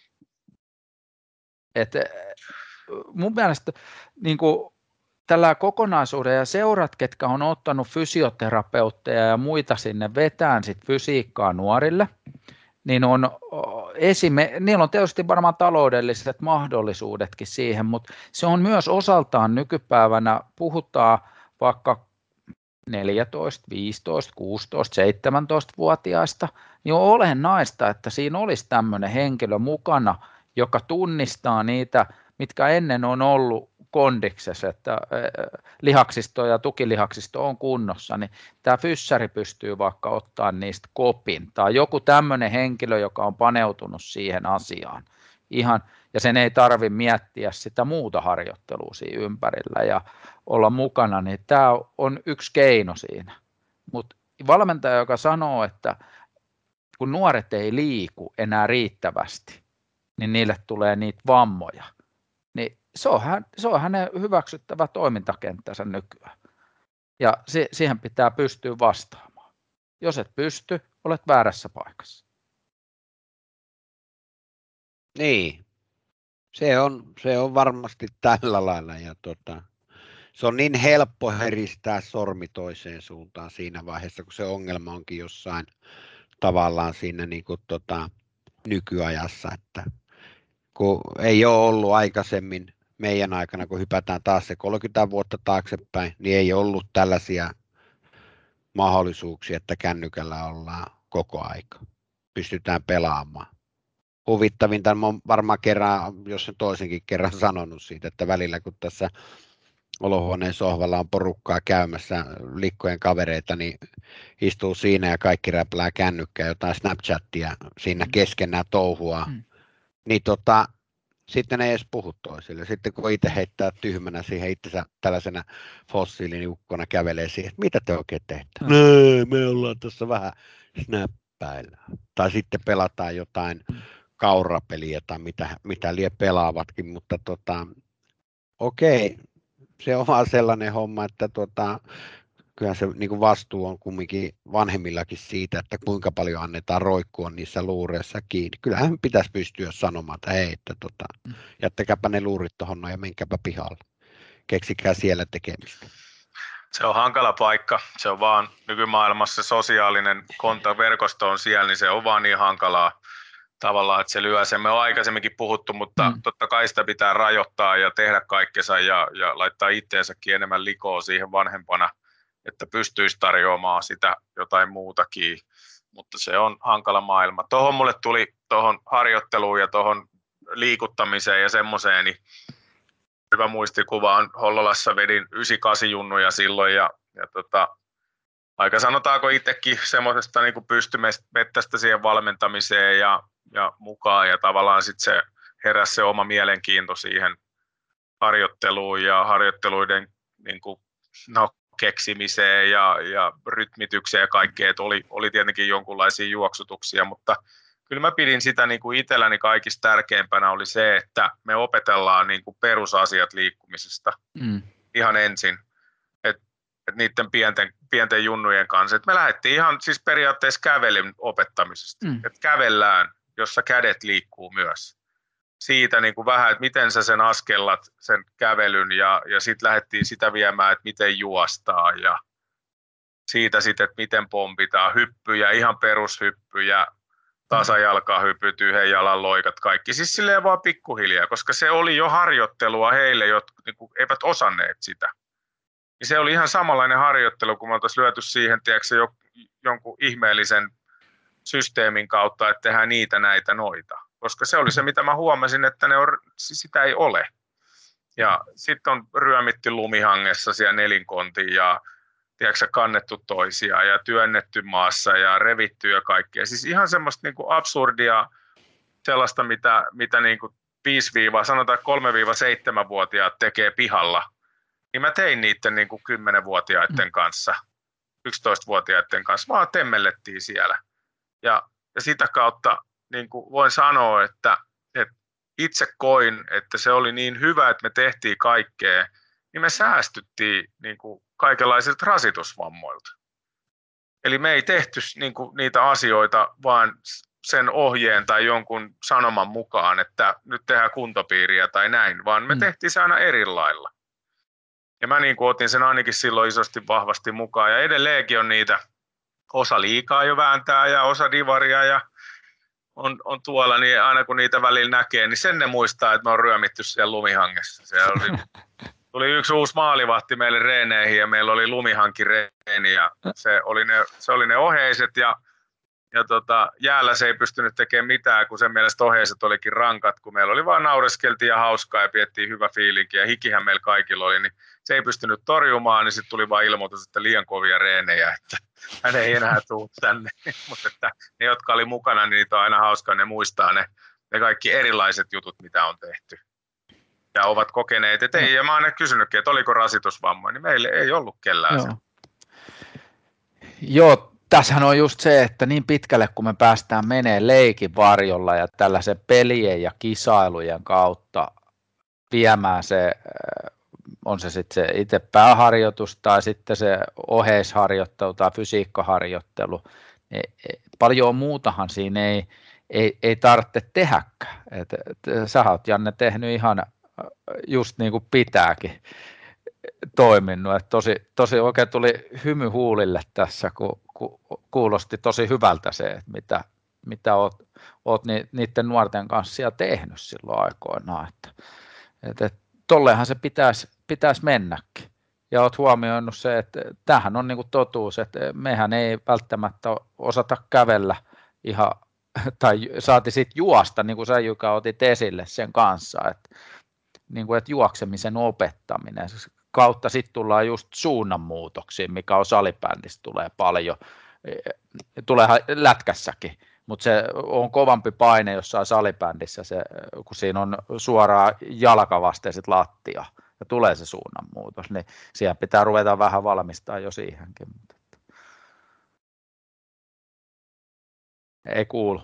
Et mun mielestä niin kuin tällä kokonaisuuden ja seurat, ketkä on ottanut fysioterapeutteja ja muita sinne vetään sit fysiikkaa nuorille, niin niillä on tietysti varmaan taloudelliset mahdollisuudetkin siihen, mutta se on myös osaltaan nykypäivänä, puhutaan vaikka 14, 15, 16, 17-vuotiaista, niin on olennaista, että siinä olisi tämmöinen henkilö mukana, joka tunnistaa niitä, mitkä ennen on ollut kondiksessa, että lihaksisto ja tukilihaksisto on kunnossa, niin tämä fyssäri pystyy vaikka ottaa niistä kopin, tai joku tämmöinen henkilö, joka on paneutunut siihen asiaan, ja sen ei tarvitse miettiä sitä muuta harjoittelua siinä ympärillä ja olla mukana, niin tämä on yksi keino siinä, mutta valmentaja, joka sanoo, että kun nuoret ei liiku enää riittävästi, niin niille tulee niitä vammoja, niin se on hänen hyväksyttävä toimintakenttänsä nykyään. Ja siihen pitää pystyä vastaamaan. Jos et pysty, olet väärässä paikassa. Niin, se on varmasti tällä lailla. Ja se on niin helppo heristää sormi toiseen suuntaan siinä vaiheessa, kun se ongelma onkin jossain tavallaan siinä niin kuin nykyajassa. Että kun ei ole ollut aikaisemmin meidän aikana, kun hypätään taas se 30 vuotta taaksepäin, niin ei ollut tällaisia mahdollisuuksia, että kännykällä ollaan koko aika. Pystytään pelaamaan. Huvittavinta on varmaan kerran, jos sen toisenkin kerran sanonut siitä, että välillä kun tässä olohuoneen sohvalla on porukkaa käymässä, likkojen kavereita, niin istuu siinä ja kaikki räplää kännykkää, jotain Snapchattia siinä keskenään touhua. Niin sitten ne ei edes puhu toisille. Sitten kun itse heittää tyhmänä siihen itsensä tällaisena fossiiliniukkona kävelee siihen, että mitä te oikein teette? No, me ollaan tässä vähän snappäillä. Tai sitten pelataan jotain kaurapeliä tai mitä lie pelaavatkin, mutta okei, se on vaan sellainen homma, että kyllähän se niin kuin vastuu on kumminkin vanhemmillakin siitä, että kuinka paljon annetaan roikkua niissä luureissa kiinni. Kyllähän pitäisi pystyä sanomaan, että hei, että jättäkääpä ne luurit tuohon ja menkääpä pihalle. Keksikää siellä tekemistä. Se on hankala paikka. Se on vaan nykymaailmassa sosiaalinen verkosto on siellä, niin se on vaan niin hankalaa tavallaan, että se lyö sen. Me on aikaisemminkin puhuttu, mutta totta kai sitä pitää rajoittaa ja tehdä kaikkensa ja laittaa itteensäkin enemmän likoa siihen vanhempana, että pystyisi tarjoamaan sitä jotain muutakin, mutta se on hankala maailma. Tuohon mulle tuli tuohon harjoitteluun ja tuohon liikuttamiseen ja semmoiseen, niin hyvä muistikuva on Hollolassa, vedin 98 junnuja silloin ja aika sanotaanko itsekin semmoisesta niin kuin pystymettästä siihen valmentamiseen ja mukaan ja tavallaan sitten se heräsi se oma mielenkiinto siihen harjoitteluun ja harjoitteluiden niin kuin, keksimiseen ja rytmitykseen ja kaikkea, että oli tietenkin jonkunlaisia juoksutuksia, mutta kyllä mä pidin sitä niin kuin itselläni kaikista tärkeimpänä oli se, että me opetellaan niin kuin perusasiat liikkumisesta ihan ensin, että niiden pienten junnujen kanssa, että me lähdettiin ihan siis periaatteessa kävelyn opettamisesta, että kävellään, jossa kädet liikkuu myös. Siitä niin kuin vähän, että miten sä sen askellat, sen kävelyn ja sitten lähdettiin sitä viemään, että miten juostaa ja siitä sitten, että miten pompitaan, hyppyjä, ihan perushyppyjä, tasajalkahypyt, yhden jalan loikat, kaikki. Siis silleen vaan pikkuhiljaa, koska se oli jo harjoittelua heille, jotka niin kuin eivät osanneet sitä. Ja se oli ihan samanlainen harjoittelu, kun me oltaisiin lyöty siihen, tiedätkö, jonkun ihmeellisen systeemin kautta, että tehdään niitä, näitä, noita. koska se oli se, mitä mä huomasin, että sitä ei ole. Ja sitten on ryömitty lumihangessa siellä nelinkontin ja tiedätkö, kannettu toisia ja työnnetty maassa ja revitty ja kaikkea. Siis ihan semmoista niin kuin absurdia, sellaista, mitä niin kuin 3-7-vuotiaat tekee pihalla. Niin mä tein niiden niin kuin 10-vuotiaiden kanssa, 11-vuotiaiden kanssa, vaan temmellettiin siellä. Ja sitä kautta niin kuin voin sanoa, että itse koin, että se oli niin hyvä, että me tehtiin kaikkea, niin me säästyttiin niin kuin kaikenlaisilta rasitusvammoilta. Eli me ei tehty niin kuin niitä asioita vaan sen ohjeen tai jonkun sanoman mukaan, että nyt tehdään kuntopiiriä tai näin, vaan me tehtiin se aina eri lailla. Ja mä niin kuin otin sen ainakin silloin isosti vahvasti mukaan. Ja edelleenkin on niitä, osa liikaa jo vääntää ja osa divaria ja on tuolla, niin aina kun niitä välillä näkee, niin sen ne muistaa, että me on ryömitty siellä lumihangessa. Siellä tuli yksi uusi maalivahti meille reeneihin ja meillä oli lumihankireeni ja se oli ne oheiset ja jäällä se ei pystynyt tekemään mitään, kun sen mielestä oheiset olikin rankat, kun meillä oli vaan naureskeltiin ja hauskaa ja piettiin hyvä fiilinki ja hikihän meillä kaikilla oli, niin se ei pystynyt torjumaan, niin sitten tuli vaan ilmoitus, että liian kovia reenejä, että hän ei enää tule tänne, mutta että ne, jotka oli mukana, niin niitä on aina hauskaa, ne muistaa ne kaikki erilaiset jutut, mitä on tehty. Ja ovat kokeneet, että ei, ja mä oon aina kysynytkin, että oliko rasitusvammoja, niin meille ei ollut kellään se. Joo, tässähän on just se, että niin pitkälle kun me päästään menee leikin varjolla ja tällaisen pelien ja kisailujen kautta viemään se, on se sitten se itse pääharjoitus tai sitten se oheisharjoittelu tai fysiikkaharjoittelu, niin paljon muutahan siinä ei tarvitse tehdäkään. Sä oot, Janne, tehnyt ihan just niin kuin pitääkin toiminut. Et tosi oikein tuli hymy huulille tässä, kun kuulosti tosi hyvältä se, että mitä oot niiden nuorten kanssa tehnyt silloin aikoinaan. Että tolleenhan se pitäisi mennäkin. Ja olet huomioinut se, että tämähän on niinku totuus, että mehän ei välttämättä osata kävellä ihan, tai saati sitten juosta, niin kuin sä, Jykä, otit esille sen kanssa, että juoksemisen opettaminen. Kautta sitten tullaan just suunnanmuutoksiin, mikä on salibändissä tulee paljon, tulee lätkässäkin, mutta se on kovampi paine jossain salibändissä, kun siinä on suoraan jalkavasten sit lattia ja tulee se suunnanmuutos, niin siihen pitää ruveta vähän valmistaa jo siihenkin. Ei kuulu.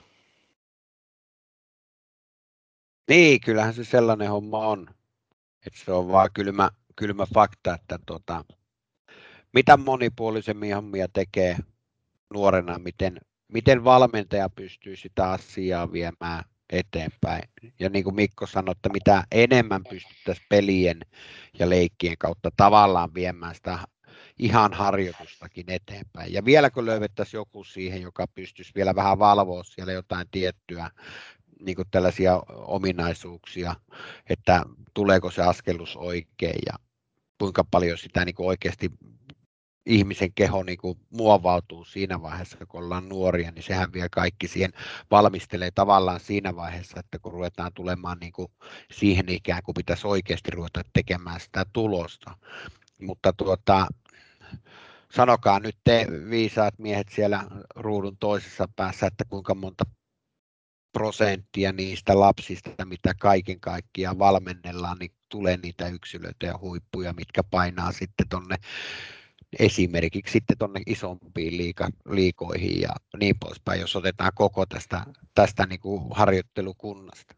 Niin, kyllähän se sellainen homma on, että se on vaan kylmä fakta, että mitä monipuolisemmin hommia tekee nuorena, miten valmentaja pystyy sitä asiaa viemään eteenpäin. Ja niin kuin Mikko sanoi, että mitä enemmän pystyttäisiin pelien ja leikkien kautta tavallaan viemään sitä ihan harjoitustakin eteenpäin. Ja vielä kun löydettäisiin joku siihen, joka pystyisi vielä vähän valvoa siellä jotain tiettyä, niin kuin tällaisia ominaisuuksia, että tuleeko se askellus oikein ja kuinka paljon sitä niin kuin oikeasti ihmisen keho niin kuin muovautuu siinä vaiheessa, kun ollaan nuoria, niin sehän vie kaikki siihen, valmistelee tavallaan siinä vaiheessa, että kun ruvetaan tulemaan niin kuin siihen ikään kuin pitäisi oikeasti ruveta tekemään sitä tulosta. Mutta sanokaa nyt te viisaat miehet siellä ruudun toisessa päässä, että kuinka monta prosenttia niistä lapsista, mitä kaiken kaikkiaan valmennellaan, niin tulee niitä yksilöitä ja huippuja, mitkä painaa sitten tonne esimerkiksi sitten tuonne isompiin liikoihin ja niin poispäin, jos otetaan koko tästä niin kuin harjoittelukunnasta.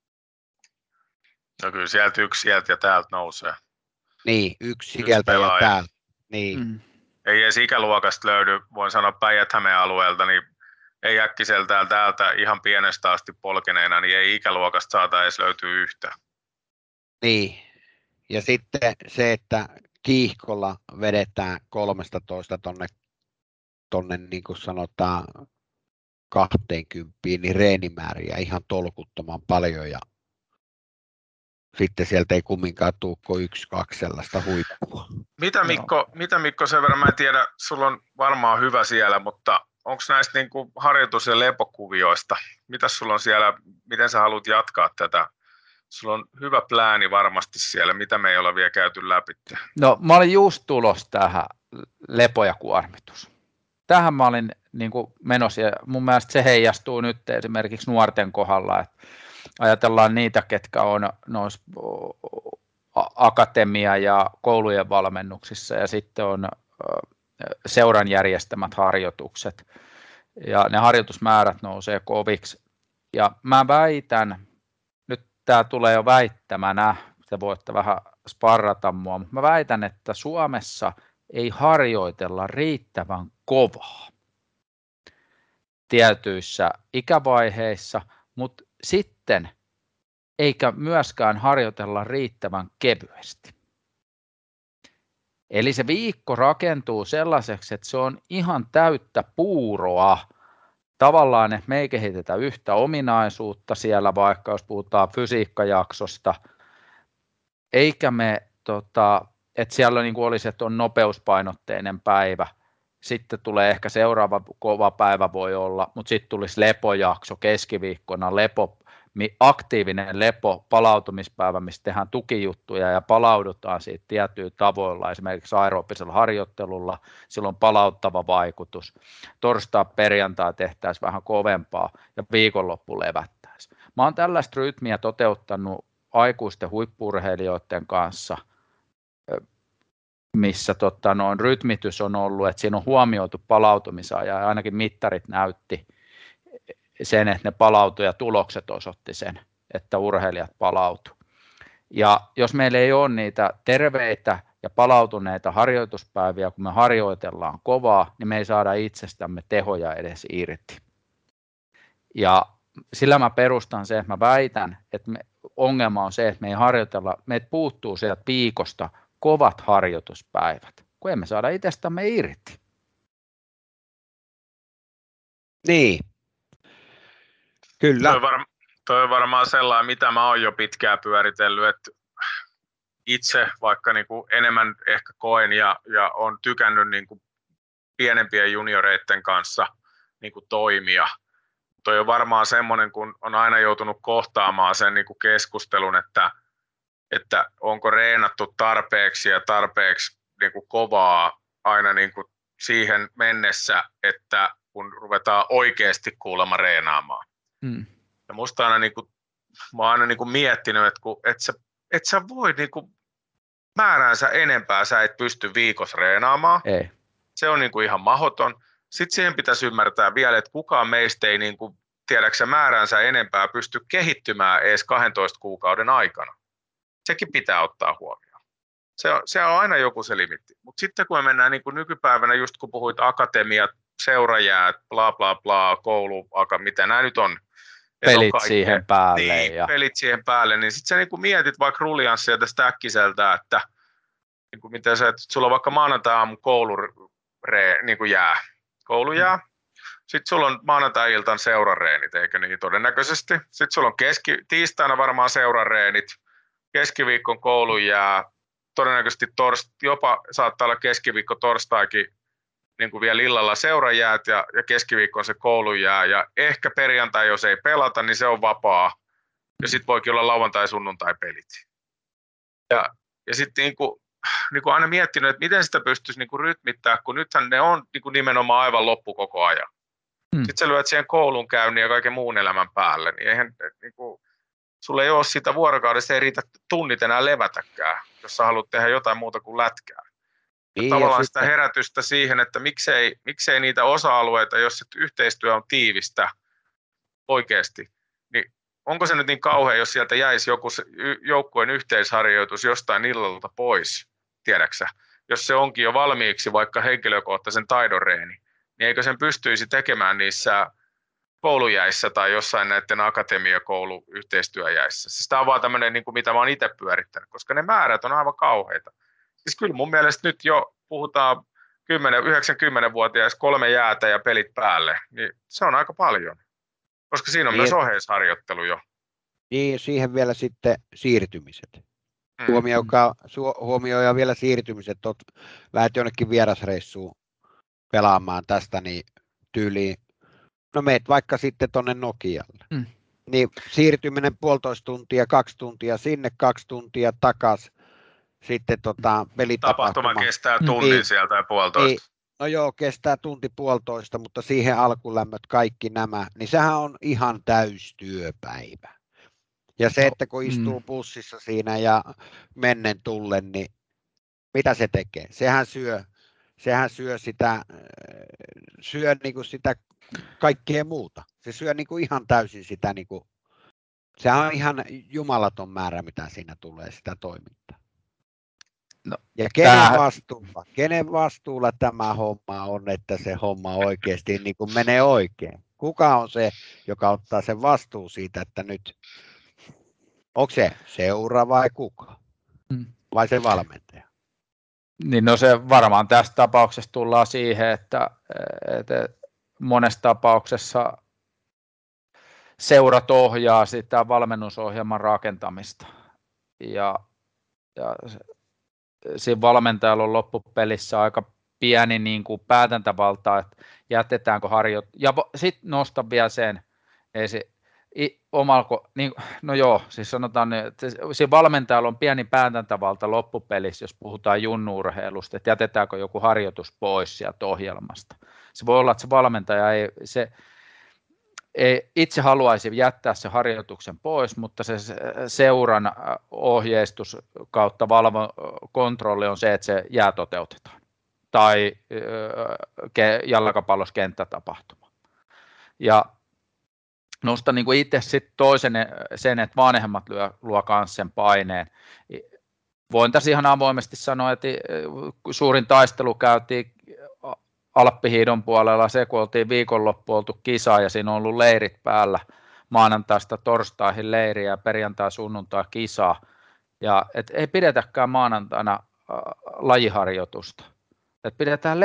No kyllä sieltä yksi sieltä ja täältä nousee. Niin, yksi sieltä ja täältä. Niin. Ei edes ikäluokasta löydy, voin sanoa Päijät-Hämeen alueelta, niin ei äkkiseltään täältä ihan pienestä asti polkeneena, niin ei ikäluokasta saata edes löytyy yhtä. Niin, ja sitten se, että kiihkolla vedetään 13 tonne niin kuin sanotaan 20, niin reenimääriä ihan tolkuttoman paljon ja sitten sieltä ei kumminkaan tule kuin 1-2 sellaista huippua. Mitä Mikko sen verran, mä en tiedä, sulla on varmaan hyvä siellä, mutta onko näistä niin kuin harjoitus- ja lepokuvioista, mitä sulla on siellä, miten sä haluat jatkaa tätä? Sulla on hyvä plääni varmasti siellä, mitä me ei olla vielä käyty läpi. No mä olin just tulos tähän lepo ja kuormitus. Tähän mä olin niin kuin menossa ja mun mielestä se heijastuu nyt esimerkiksi nuorten kohdalla, että ajatellaan niitä, ketkä on noissa akatemia- ja koulujen valmennuksissa ja sitten on seuran järjestämät harjoitukset ja ne harjoitusmäärät nousee koviksi ja mä väitän, nyt tää tulee jo väittämänä, te voitte vähän sparrata mua, mutta mä väitän, että Suomessa ei harjoitella riittävän kovaa tietyissä ikävaiheissa, mutta sitten eikä myöskään harjoitella riittävän kevyesti. Eli se viikko rakentuu sellaiseksi, että se on ihan täyttä puuroa. Tavallaan, että me ei kehitetä yhtä ominaisuutta siellä, vaikka jos puhutaan fysiikkajaksosta, eikä me, että siellä niin kuin olisi, että on nopeuspainotteinen päivä, sitten tulee ehkä seuraava kova päivä voi olla, mutta sitten tulisi lepojakso keskiviikkona, aktiivinen lepo, palautumispäivä, missä tehdään tukijuttuja ja palaudutaan siitä tietyillä tavoilla, esimerkiksi aerobisella harjoittelulla, sillä on palauttava vaikutus. Torstai, perjantai tehtäisiin vähän kovempaa ja viikonloppu levättäisiin. Mä oon tällaista rytmiä toteuttanut aikuisten huippu-urheilijoiden kanssa, missä rytmitys on ollut, että siinä on huomioitu palautumisaja ja ainakin mittarit näytti sen, että ne palautui ja tulokset osoitti sen, että urheilijat palautu. Ja jos meillä ei ole niitä terveitä ja palautuneita harjoituspäiviä, kun me harjoitellaan kovaa, niin me ei saada itsestämme tehoja edes irti. Ja sillä mä perustan se, että mä väitän, että ongelma on se, että me ei harjoitella, meitä puuttuu sieltä viikosta kovat harjoituspäivät, kun emme saada itsestämme irti. Niin. Kyllä. Toi on varmaan sellainen, mitä mä oon jo pitkään pyöritellyt, että itse vaikka niin kuin enemmän ehkä koen ja on tykännyt niin kuin pienempien junioreiden kanssa niin kuin toimia. Toi on varmaan semmoinen, kun on aina joutunut kohtaamaan sen niin kuin keskustelun, että onko reenattu tarpeeksi ja tarpeeksi niin kuin kovaa aina niin kuin siihen mennessä, että kun ruvetaan oikeasti kuulemma reenaamaan. Ja musta aina mä oon aina miettinyt, että kun et sä voi määräänsä enempää, sä et pysty viikossa reenaamaan. Ei. Se on ihan mahdoton. Sitten siihen pitäisi ymmärtää vielä, että kukaan meistä ei tiedäksä määräänsä enempää pysty kehittymään edes 12 kuukauden aikana. Sekin pitää ottaa huomioon. Se on aina joku se limitti. Mutta sitten kun me mennään nykypäivänä, just kun puhuit akatemiat, seurajäät, bla bla bla, koulu, mitä nämä nyt on. Pelit siihen päälle. Niin, ja pelit siihen päälle, niin sitten sä mietit vaikka ruljanssia tästä äkkiseltä, että miten sä, että sulla on vaikka maanantai-aamu koulujää, sitten sulla on maanantai-iltan seurareenit, eikö niin todennäköisesti. Sitten sulla on tiistaina varmaan seurareenit, keskiviikon koulujää, todennäköisesti jopa saattaa olla keskiviikko torstaikin vielä illalla seurajäät ja keskiviikkoon se koulujää ja ehkä perjantai, jos ei pelata, niin se on vapaa. Ja sitten voikin olla lauantai, sunnuntai pelit. Ja sitten aina miettinyt, että miten sitä pystyisi rytmittää, kun nythän ne on nimenomaan aivan loppu koko ajan. Sitten sä lyöt siihen koulun käynnin ja kaiken muun elämän päälle, niin eihän sulla ei ole sitä vuorokaudessa, ei riitä tunnit enää levätäkään, jos sä haluat tehdä jotain muuta kuin lätkää. Niin, tavallaan sitä herätystä siihen, että miksei niitä osa-alueita, jos se yhteistyö on tiivistä oikeasti, niin onko se nyt niin kauhean, jos sieltä jäisi joku joukkueen yhteisharjoitus jostain illalta pois, tiedäksä? Jos se onkin jo valmiiksi vaikka henkilökohtaisen taidonreeni, niin eikö sen pystyisi tekemään niissä koulujäissä tai jossain näiden akatemiakoulu-yhteistyöjäissä? Siis tämä on vaan tämmöinen, mitä mä oon itse pyörittänyt, koska ne määrät on aivan kauheita. Siis kyllä mun mielestä nyt jo puhutaan 9-10-vuotiaista 3 jäätä ja pelit päälle, niin se on aika paljon, koska siinä on myös oheisharjoittelu jo. Niin, siihen vielä sitten siirtymiset. Huomioida vielä siirtymiset, lähdet jonnekin vierasreissuun pelaamaan tästä, niin tyyliin, no meet vaikka sitten tuonne Nokialle, niin siirtyminen 1,5 tuntia, 2 tuntia sinne, 2 tuntia takaisin, sitten pelitapahtuma. Tapahtuma kestää tunnin sieltä ja 1,5. No joo, kestää 1,5 mutta siihen alkulämmöt, kaikki nämä, niin sehän on ihan täystyöpäivä. Ja se, että kun istuu bussissa siinä ja mennen tullen, niin mitä se tekee? Sehän syö niinku sitä kaikkea muuta. Se syö niinku ihan täysin sitä, niinku, sehän on ihan jumalaton määrä, mitä siinä tulee sitä toimintaa. No, ja kenen vastuulla tämä homma on, että se homma oikeasti niin kuin menee oikein? Kuka on se, joka ottaa sen vastuun siitä, että nyt, onko se seura vai kuka? Vai se valmentaja? Niin no se varmaan tässä tapauksessa tullaan siihen, että monessa tapauksessa seurat ohjaa sitä valmennusohjelman rakentamista. Ja siinä valmentajalla on loppupelissä aika pieni niin kuin päätäntävalta, että jätetäänkö ja sitten nostan vielä sen, no joo, siis sanotaan, että siinä valmentajalla on pieni päätäntävalta loppupelissä, jos puhutaan junnu-urheilusta, että jätetäänkö joku harjoitus pois sieltä ohjelmasta. Se voi olla, että se valmentaja ei itse haluaisi jättää se harjoituksen pois, mutta se seuran ohjeistus kautta kontrolli on se, että se jää toteutetaan. Tai jalkapallossa kenttätapahtuma. Ja nostan niin kuin itse sitten toisen sen, että vanhemmat luo myös sen paineen. Voin tässä ihan avoimesti sanoa, että suurin taistelu käytiin Alppihiidon puolella se, kun oltiin viikonloppu oltu kisaa ja siinä on ollut leirit päällä maanantaista torstaihin leiriä ja perjantai sunnuntai kisaa. Ja ei pidetäkään maanantaina lajiharjoitusta, että pidetään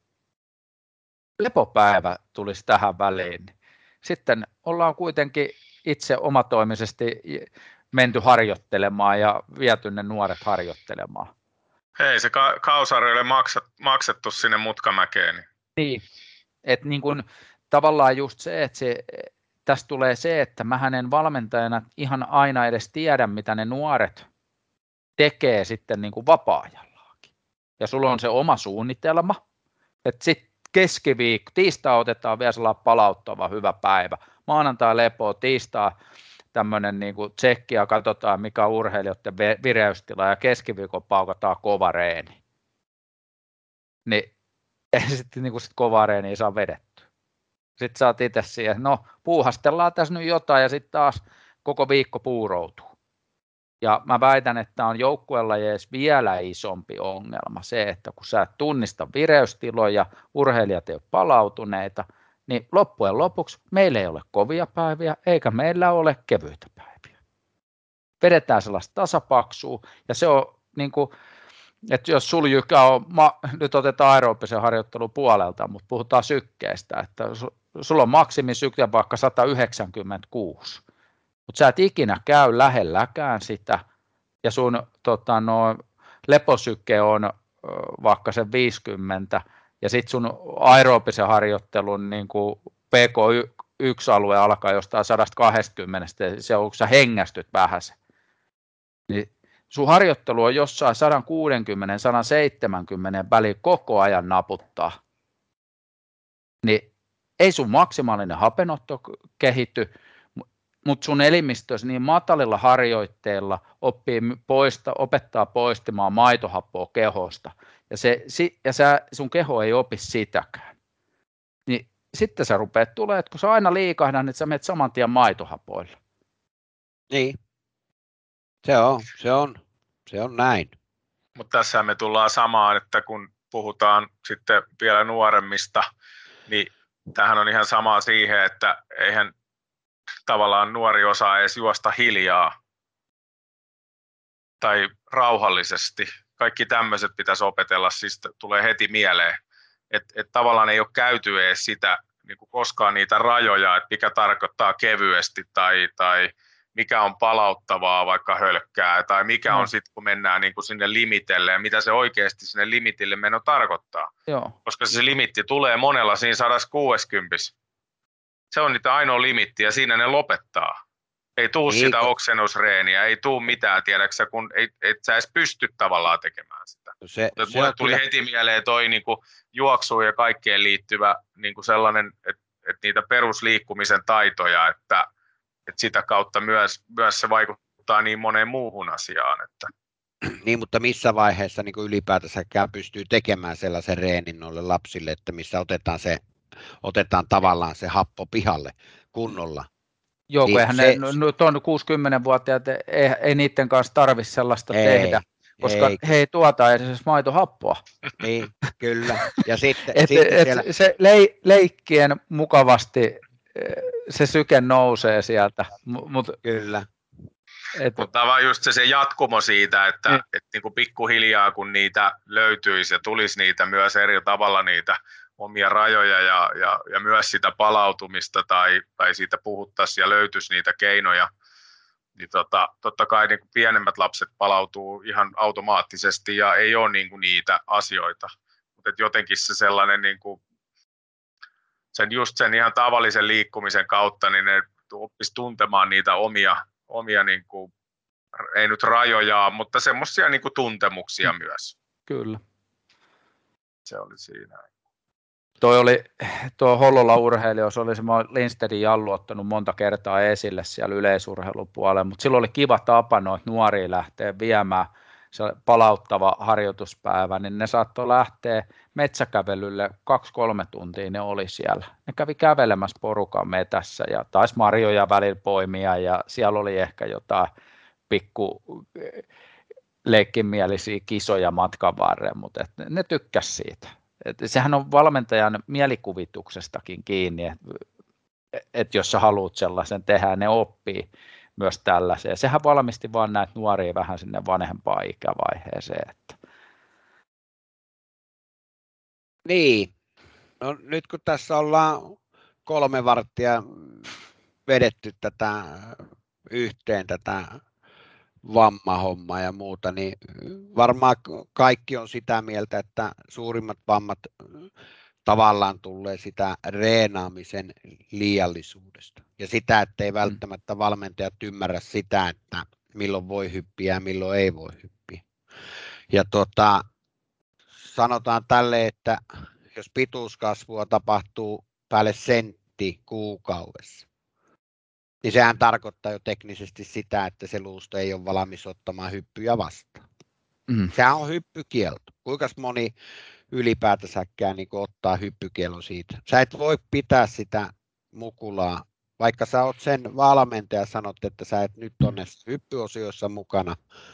lepopäivä tulisi tähän väliin. Sitten ollaan kuitenkin itse omatoimisesti menty harjoittelemaan ja viety ne nuoret harjoittelemaan. Hei, se kausari oli maksettu sinne Mutkamäkeen. Niin, että niin kun, tavallaan just se, että tästä tulee se, että mä hänen valmentajana ihan aina edes tiedän, mitä ne nuoret tekee sitten niin kuin vapaa-ajallaankin. Ja sulla on se oma suunnitelma, että sitten keskiviikko, tiistai otetaan vielä sellainen palauttava hyvä päivä, maanantai lepoa, tiistai tämmöinen niin kuin tsekki ja katsotaan mikä on urheilijoiden vireystila ja keskiviikon paukataan kova reeni. Niin sitten niin sit kovaa reeniä saa vedetty. Sitten sä oot itse siihen, no puuhastellaan tässä nyt jotain ja sitten taas koko viikko puuroutuu. Ja mä väitän, että on joukkuelajeissa vielä isompi ongelma se, että kun sä et tunnista vireystiloja, urheilijat ei ole palautuneita, niin loppujen lopuksi meillä ei ole kovia päiviä eikä meillä ole kevyitä päiviä. Vedetään sellaista tasapaksua ja se on niin kuin, että jos sulla Jykä on, nyt otetaan aerobisen harjoittelun puolelta, mutta puhutaan sykkeestä, että sulla on maksimisykke vaikka 196, mutta sä et ikinä käy lähelläkään sitä ja sun leposykke on vaikka se 50 ja sitten sun aerobisen harjoittelun niin kuin PK1-alue alkaa jostain 120, se on, kun sä hengästyt vähäsen, niin sun harjoittelu on jossain 160-170 väliin koko ajan naputtaa, niin ei sun maksimaalinen hapenotto kehity, mutta sun elimistössä niin matalilla harjoitteilla opettaa poistamaan maitohappoa kehosta, ja sun keho ei opi sitäkään. Niin sitten sä rupeat tulemaan, että kun sä aina liikahdat, niin sä menet saman tien maitohapoilla. Niin, se on näin. Mutta tässä me tullaan samaan, että kun puhutaan sitten vielä nuoremmista, niin tämähän on ihan sama siihen, että eihän tavallaan nuori osaa edes juosta hiljaa tai rauhallisesti. Kaikki tämmöiset pitäisi opetella, siis tulee heti mieleen, että tavallaan ei ole käyty edes sitä niin kuin koskaan niitä rajoja, että mikä tarkoittaa kevyesti tai mikä on palauttavaa vaikka hölkkää, tai mikä on sitten, kun mennään niin kuin sinne limitelle, ja mitä se oikeasti sinne limitille meno tarkoittaa. Joo. Koska se limitti tulee monella siinä 160. Se on niitä ainoa limitti, ja siinä ne lopettaa. Ei tuu sitä oksennusreeniä, ei tuu mitään, tiedäksä, kun et sä edes pysty tavallaan tekemään sitä. Mulle tuli heti mieleen toi niin kuin juoksuun ja kaikkeen liittyvä niin kuin sellainen, että niitä perusliikkumisen taitoja, että sitä kautta myös se vaikuttaa niin moneen muuhun asiaan. Että. Niin, mutta missä vaiheessa niin ylipäätänsäkään pystyy tekemään sellaisen reenin noille lapsille, että missä otetaan tavallaan se happo pihalle kunnolla? Joo, kun eihän ne tuon 60-vuotiaat, ei niiden kanssa tarvitse sellaista tehdä, koska he ei tuota edes maitohappoa. Niin, kyllä. Ja sitten siellä. Se leikkien mukavasti se syke nousee sieltä. Kyllä. Mutta vaan just se jatkumo siitä, että niin kuin pikkuhiljaa kun niitä löytyisi ja tulisi niitä myös eri tavalla niitä omia rajoja ja myös sitä palautumista tai siitä puhuttaisiin ja löytyisi niitä keinoja, niin totta kai niin kuin pienemmät lapset palautuu ihan automaattisesti ja ei ole niin kuin niitä asioita. Mutta jotenkin se sellainen niin kuin sen ihan tavallisen liikkumisen kautta, niin ne oppisi tuntemaan niitä omia niin kuin, ei nyt rajojaan, mutta semmoisia niin kuin tuntemuksia myös. Kyllä. Se oli siinä. Tuo Hollola-urheilijoissa oli se Lindstedin Jallu ottanut monta kertaa esille siellä yleisurheilupuolella, mutta silloin oli kiva tapa noita nuoria lähteä viemään se palauttava harjoituspäivä, niin ne saattoi lähteä metsäkävelylle 2-3 tuntia, ne oli siellä. Ne kävi kävelemässä porukan metässä ja taisi marjoja välillä poimia ja siellä oli ehkä jotain pikku leikkimielisiä kisoja matkan varrella, mutta ne tykkäsi siitä. Sehän on valmentajan mielikuvituksestakin kiinni, että jos sä haluat sellaisen tehdä, ne oppii myös tällaisen. Sehän valmisti vaan näitä nuoria vähän sinne vanhempaan ikävaiheeseen. Niin. No, nyt kun tässä ollaan 3 varttia vedetty tätä yhteen tätä vammahommaa ja muuta, niin varmaan kaikki on sitä mieltä, että suurimmat vammat tavallaan tulee sitä reenaamisen liiallisuudesta. Ja sitä, että ei välttämättä valmentajat ymmärrä sitä, että milloin voi hyppiä ja milloin ei voi hyppiä. Ja sanotaan tälle, että jos pituuskasvua tapahtuu päälle sentti kuukaudessa, niin sehän tarkoittaa jo teknisesti sitä, että se luusto ei ole valmis ottamaan hyppyjä vastaan. Sehän on hyppykielto. Kuinka moni ylipäätänsäkään niin ottaa hyppykielon siitä? Sä et voi pitää sitä mukulaa, vaikka sä oot sen valmentaja ja sanot, että sä et nyt ole näissä hyppyosioissa mukana.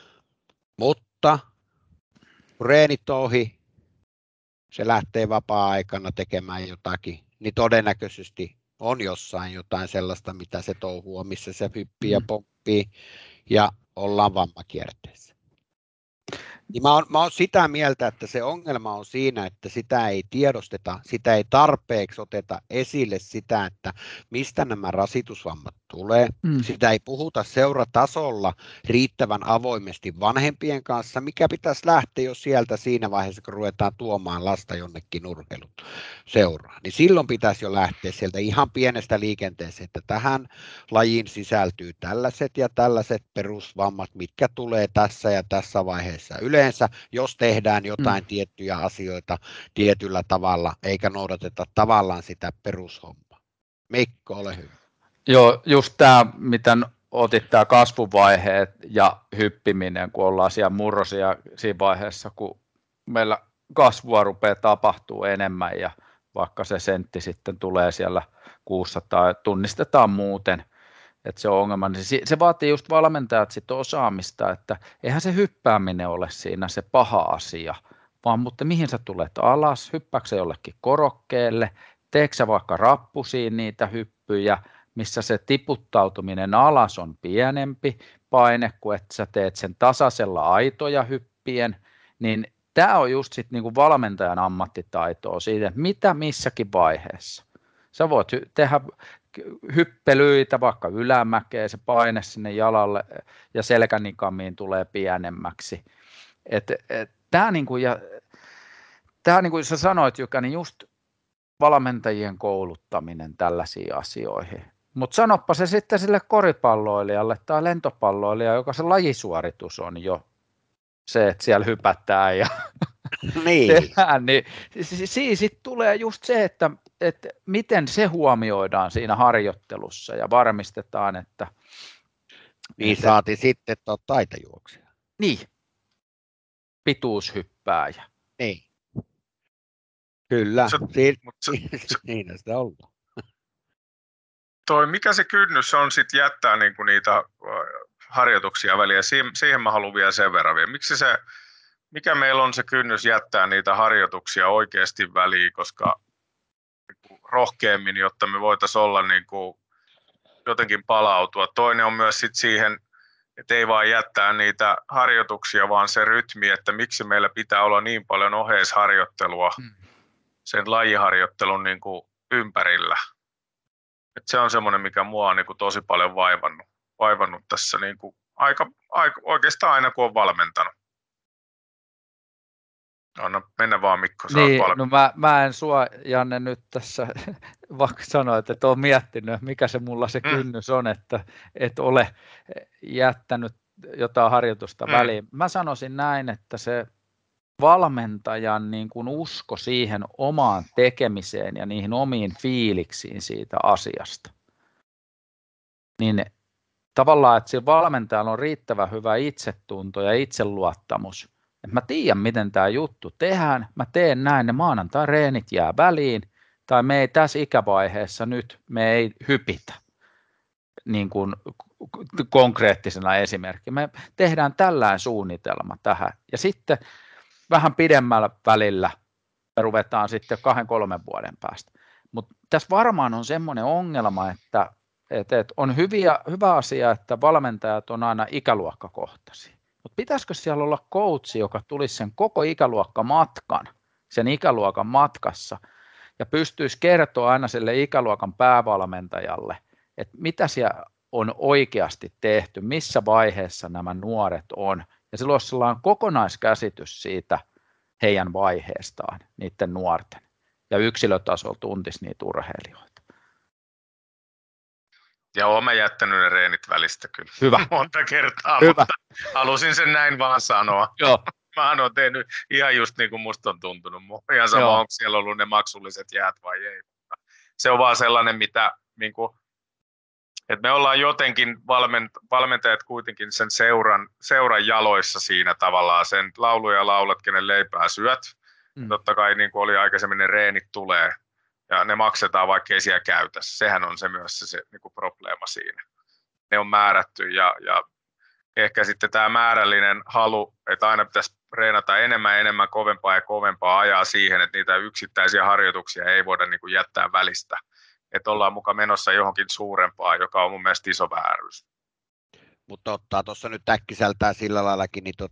Mutta kun reenit on ohi, se lähtee vapaa-aikana tekemään jotakin, niin todennäköisesti on jossain jotain sellaista, mitä se touhua, missä se hyppii ja pomppii ja ollaan vammakierteessä. Niin mä oon sitä mieltä, että se ongelma on siinä, että sitä ei tiedosteta, sitä ei tarpeeksi oteta esille sitä, että mistä nämä rasitusvammat tulee. Sitä ei puhuta seuratasolla riittävän avoimesti vanhempien kanssa, mikä pitäisi lähteä jo sieltä siinä vaiheessa, kun ruvetaan tuomaan lasta jonnekin urheiluseuraan. Niin silloin pitäisi jo lähteä sieltä ihan pienestä liikenteeseen, että tähän lajiin sisältyy tällaiset ja tällaiset perusvammat, mitkä tulee tässä ja tässä vaiheessa. Yleensä, jos tehdään jotain tiettyjä asioita tietyllä tavalla, eikä noudateta tavallaan sitä perushommaa. Mikko, ole hyvä. Joo, just tämä, mitä otit tämä kasvuvaiheet ja hyppiminen, kun ollaan siellä murrosia siinä vaiheessa, kun meillä kasvua rupeaa tapahtuu enemmän ja vaikka se sentti sitten tulee siellä kuussa tai tunnistetaan muuten, että se on ongelma, niin se vaatii just valmentajat sitten osaamista, että eihän se hyppääminen ole siinä se paha asia, vaan mutta mihin sä tulet alas, hyppääkö se jollekin korokkeelle, teekö sä vaikka rappusiin niitä hyppyjä, missä se tiputtautuminen alas on pienempi paine, kuin että sä teet sen tasaisella aitoja hyppien, niin tämä on just sitten niinku valmentajan ammattitaitoa siitä, että mitä missäkin vaiheessa. Sä voit tehdä hyppelyitä, vaikka ylämäkeen, se paine sinne jalalle ja selkänikamiin tulee pienemmäksi. Tämä niin kuin sä sanoit, Jykä, niin just valmentajien kouluttaminen tällaisiin asioihin. Mutta sanoppa se sitten sille koripalloilijalle tai lentopalloilijalle, joka se lajisuoritus on jo se, että siellä hypätään ja tehdään, niin sitten tulee just se, että miten se huomioidaan siinä harjoittelussa ja varmistetaan, että niin saati sitten taitajuoksia. Niin, pituushyppääjä. Niin. Kyllä, siinä sitä ollaan. Mikä se kynnys on sitten jättää niinku niitä harjoituksia väliä? Siihen mä haluan vielä sen verran vielä. Mikä meillä on se kynnys jättää niitä harjoituksia oikeasti väliin, koska rohkeammin, jotta me voitaisiin olla niinku jotenkin palautua. Toinen on myös sit siihen, että ei vaan jättää niitä harjoituksia, vaan se rytmi, että miksi meillä pitää olla niin paljon oheisharjoittelua sen lajiharjoittelun niinku ympärillä. Et se on semmoinen, mikä mua on niinku tosi paljon vaivannut tässä niinku aika oikeastaan aina, kun on valmentanut. Anna mennä vaan, Mikko. Niin, no mä en sua, Janne, nyt tässä, vaikka sanoit, että olen miettinyt, mikä se mulla se kynnys on, että et ole jättänyt jotain harjoitusta väliin. Mä sanoisin näin, että se valmentajan niin kuin usko siihen omaan tekemiseen ja niihin omiin fiiliksiin siitä asiasta, niin tavallaan, että sillä valmentajalla on riittävän hyvä itsetunto ja itseluottamus, että mä tiedän, miten tämä juttu tehdään, mä teen näin, ne maanantai-reenit jää väliin, tai me ei tässä ikävaiheessa nyt, me ei hypitä, niin kuin konkreettisena esimerkki. Me tehdään tällainen suunnitelma tähän, ja sitten vähän pidemmällä välillä me ruvetaan sitten 2-3 vuoden päästä. Mutta tässä varmaan on semmoinen ongelma, että on hyvä asia, että valmentajat on aina ikäluokkakohtaisia. Mutta pitäisikö siellä olla coachi, joka tulisi sen koko ikäluokkamatkan, sen ikäluokan matkassa, ja pystyisi kertoa aina sille ikäluokan päävalmentajalle, että mitä siellä on oikeasti tehty, missä vaiheessa nämä nuoret on, ja silloin olisi sellainen kokonaiskäsitys siitä heidän vaiheestaan, niiden nuorten, ja yksilötasolla tuntisi niitä urheilijoita. Ja olen jättänyt ne reenit välistä kyllä. Hyvä. Monta kertaa, Hyvä. Mutta halusin sen näin vaan sanoa. Joo. Mä oon tehnyt ihan just niin kuin musta on tuntunut. Ihan sama, onko siellä ollut ne maksulliset jäät vai ei. Se on vaan sellainen, mitä niin kuin, että me ollaan jotenkin valmentajat kuitenkin sen seuran jaloissa siinä tavallaan. Sen lauluja laulat, kenen leipää syöt. Totta kai niin kuin oli aikaisemmin, ne reenit tulee. Ja ne maksetaan, vaikka ei siellä käytä. Sehän on se myös se niin kuin probleema siinä. Ne on määrätty ja ehkä sitten tämä määrällinen halu, että aina pitäisi reenata enemmän, kovempaa ja kovempaa ajaa siihen, että niitä yksittäisiä harjoituksia ei voida niin kuin jättää välistä. Että ollaan mukaan menossa johonkin suurempaan, joka on mun mielestä iso vääryys. Mutta ottaa tuossa nyt äkkiseltään sillä laillakin, niin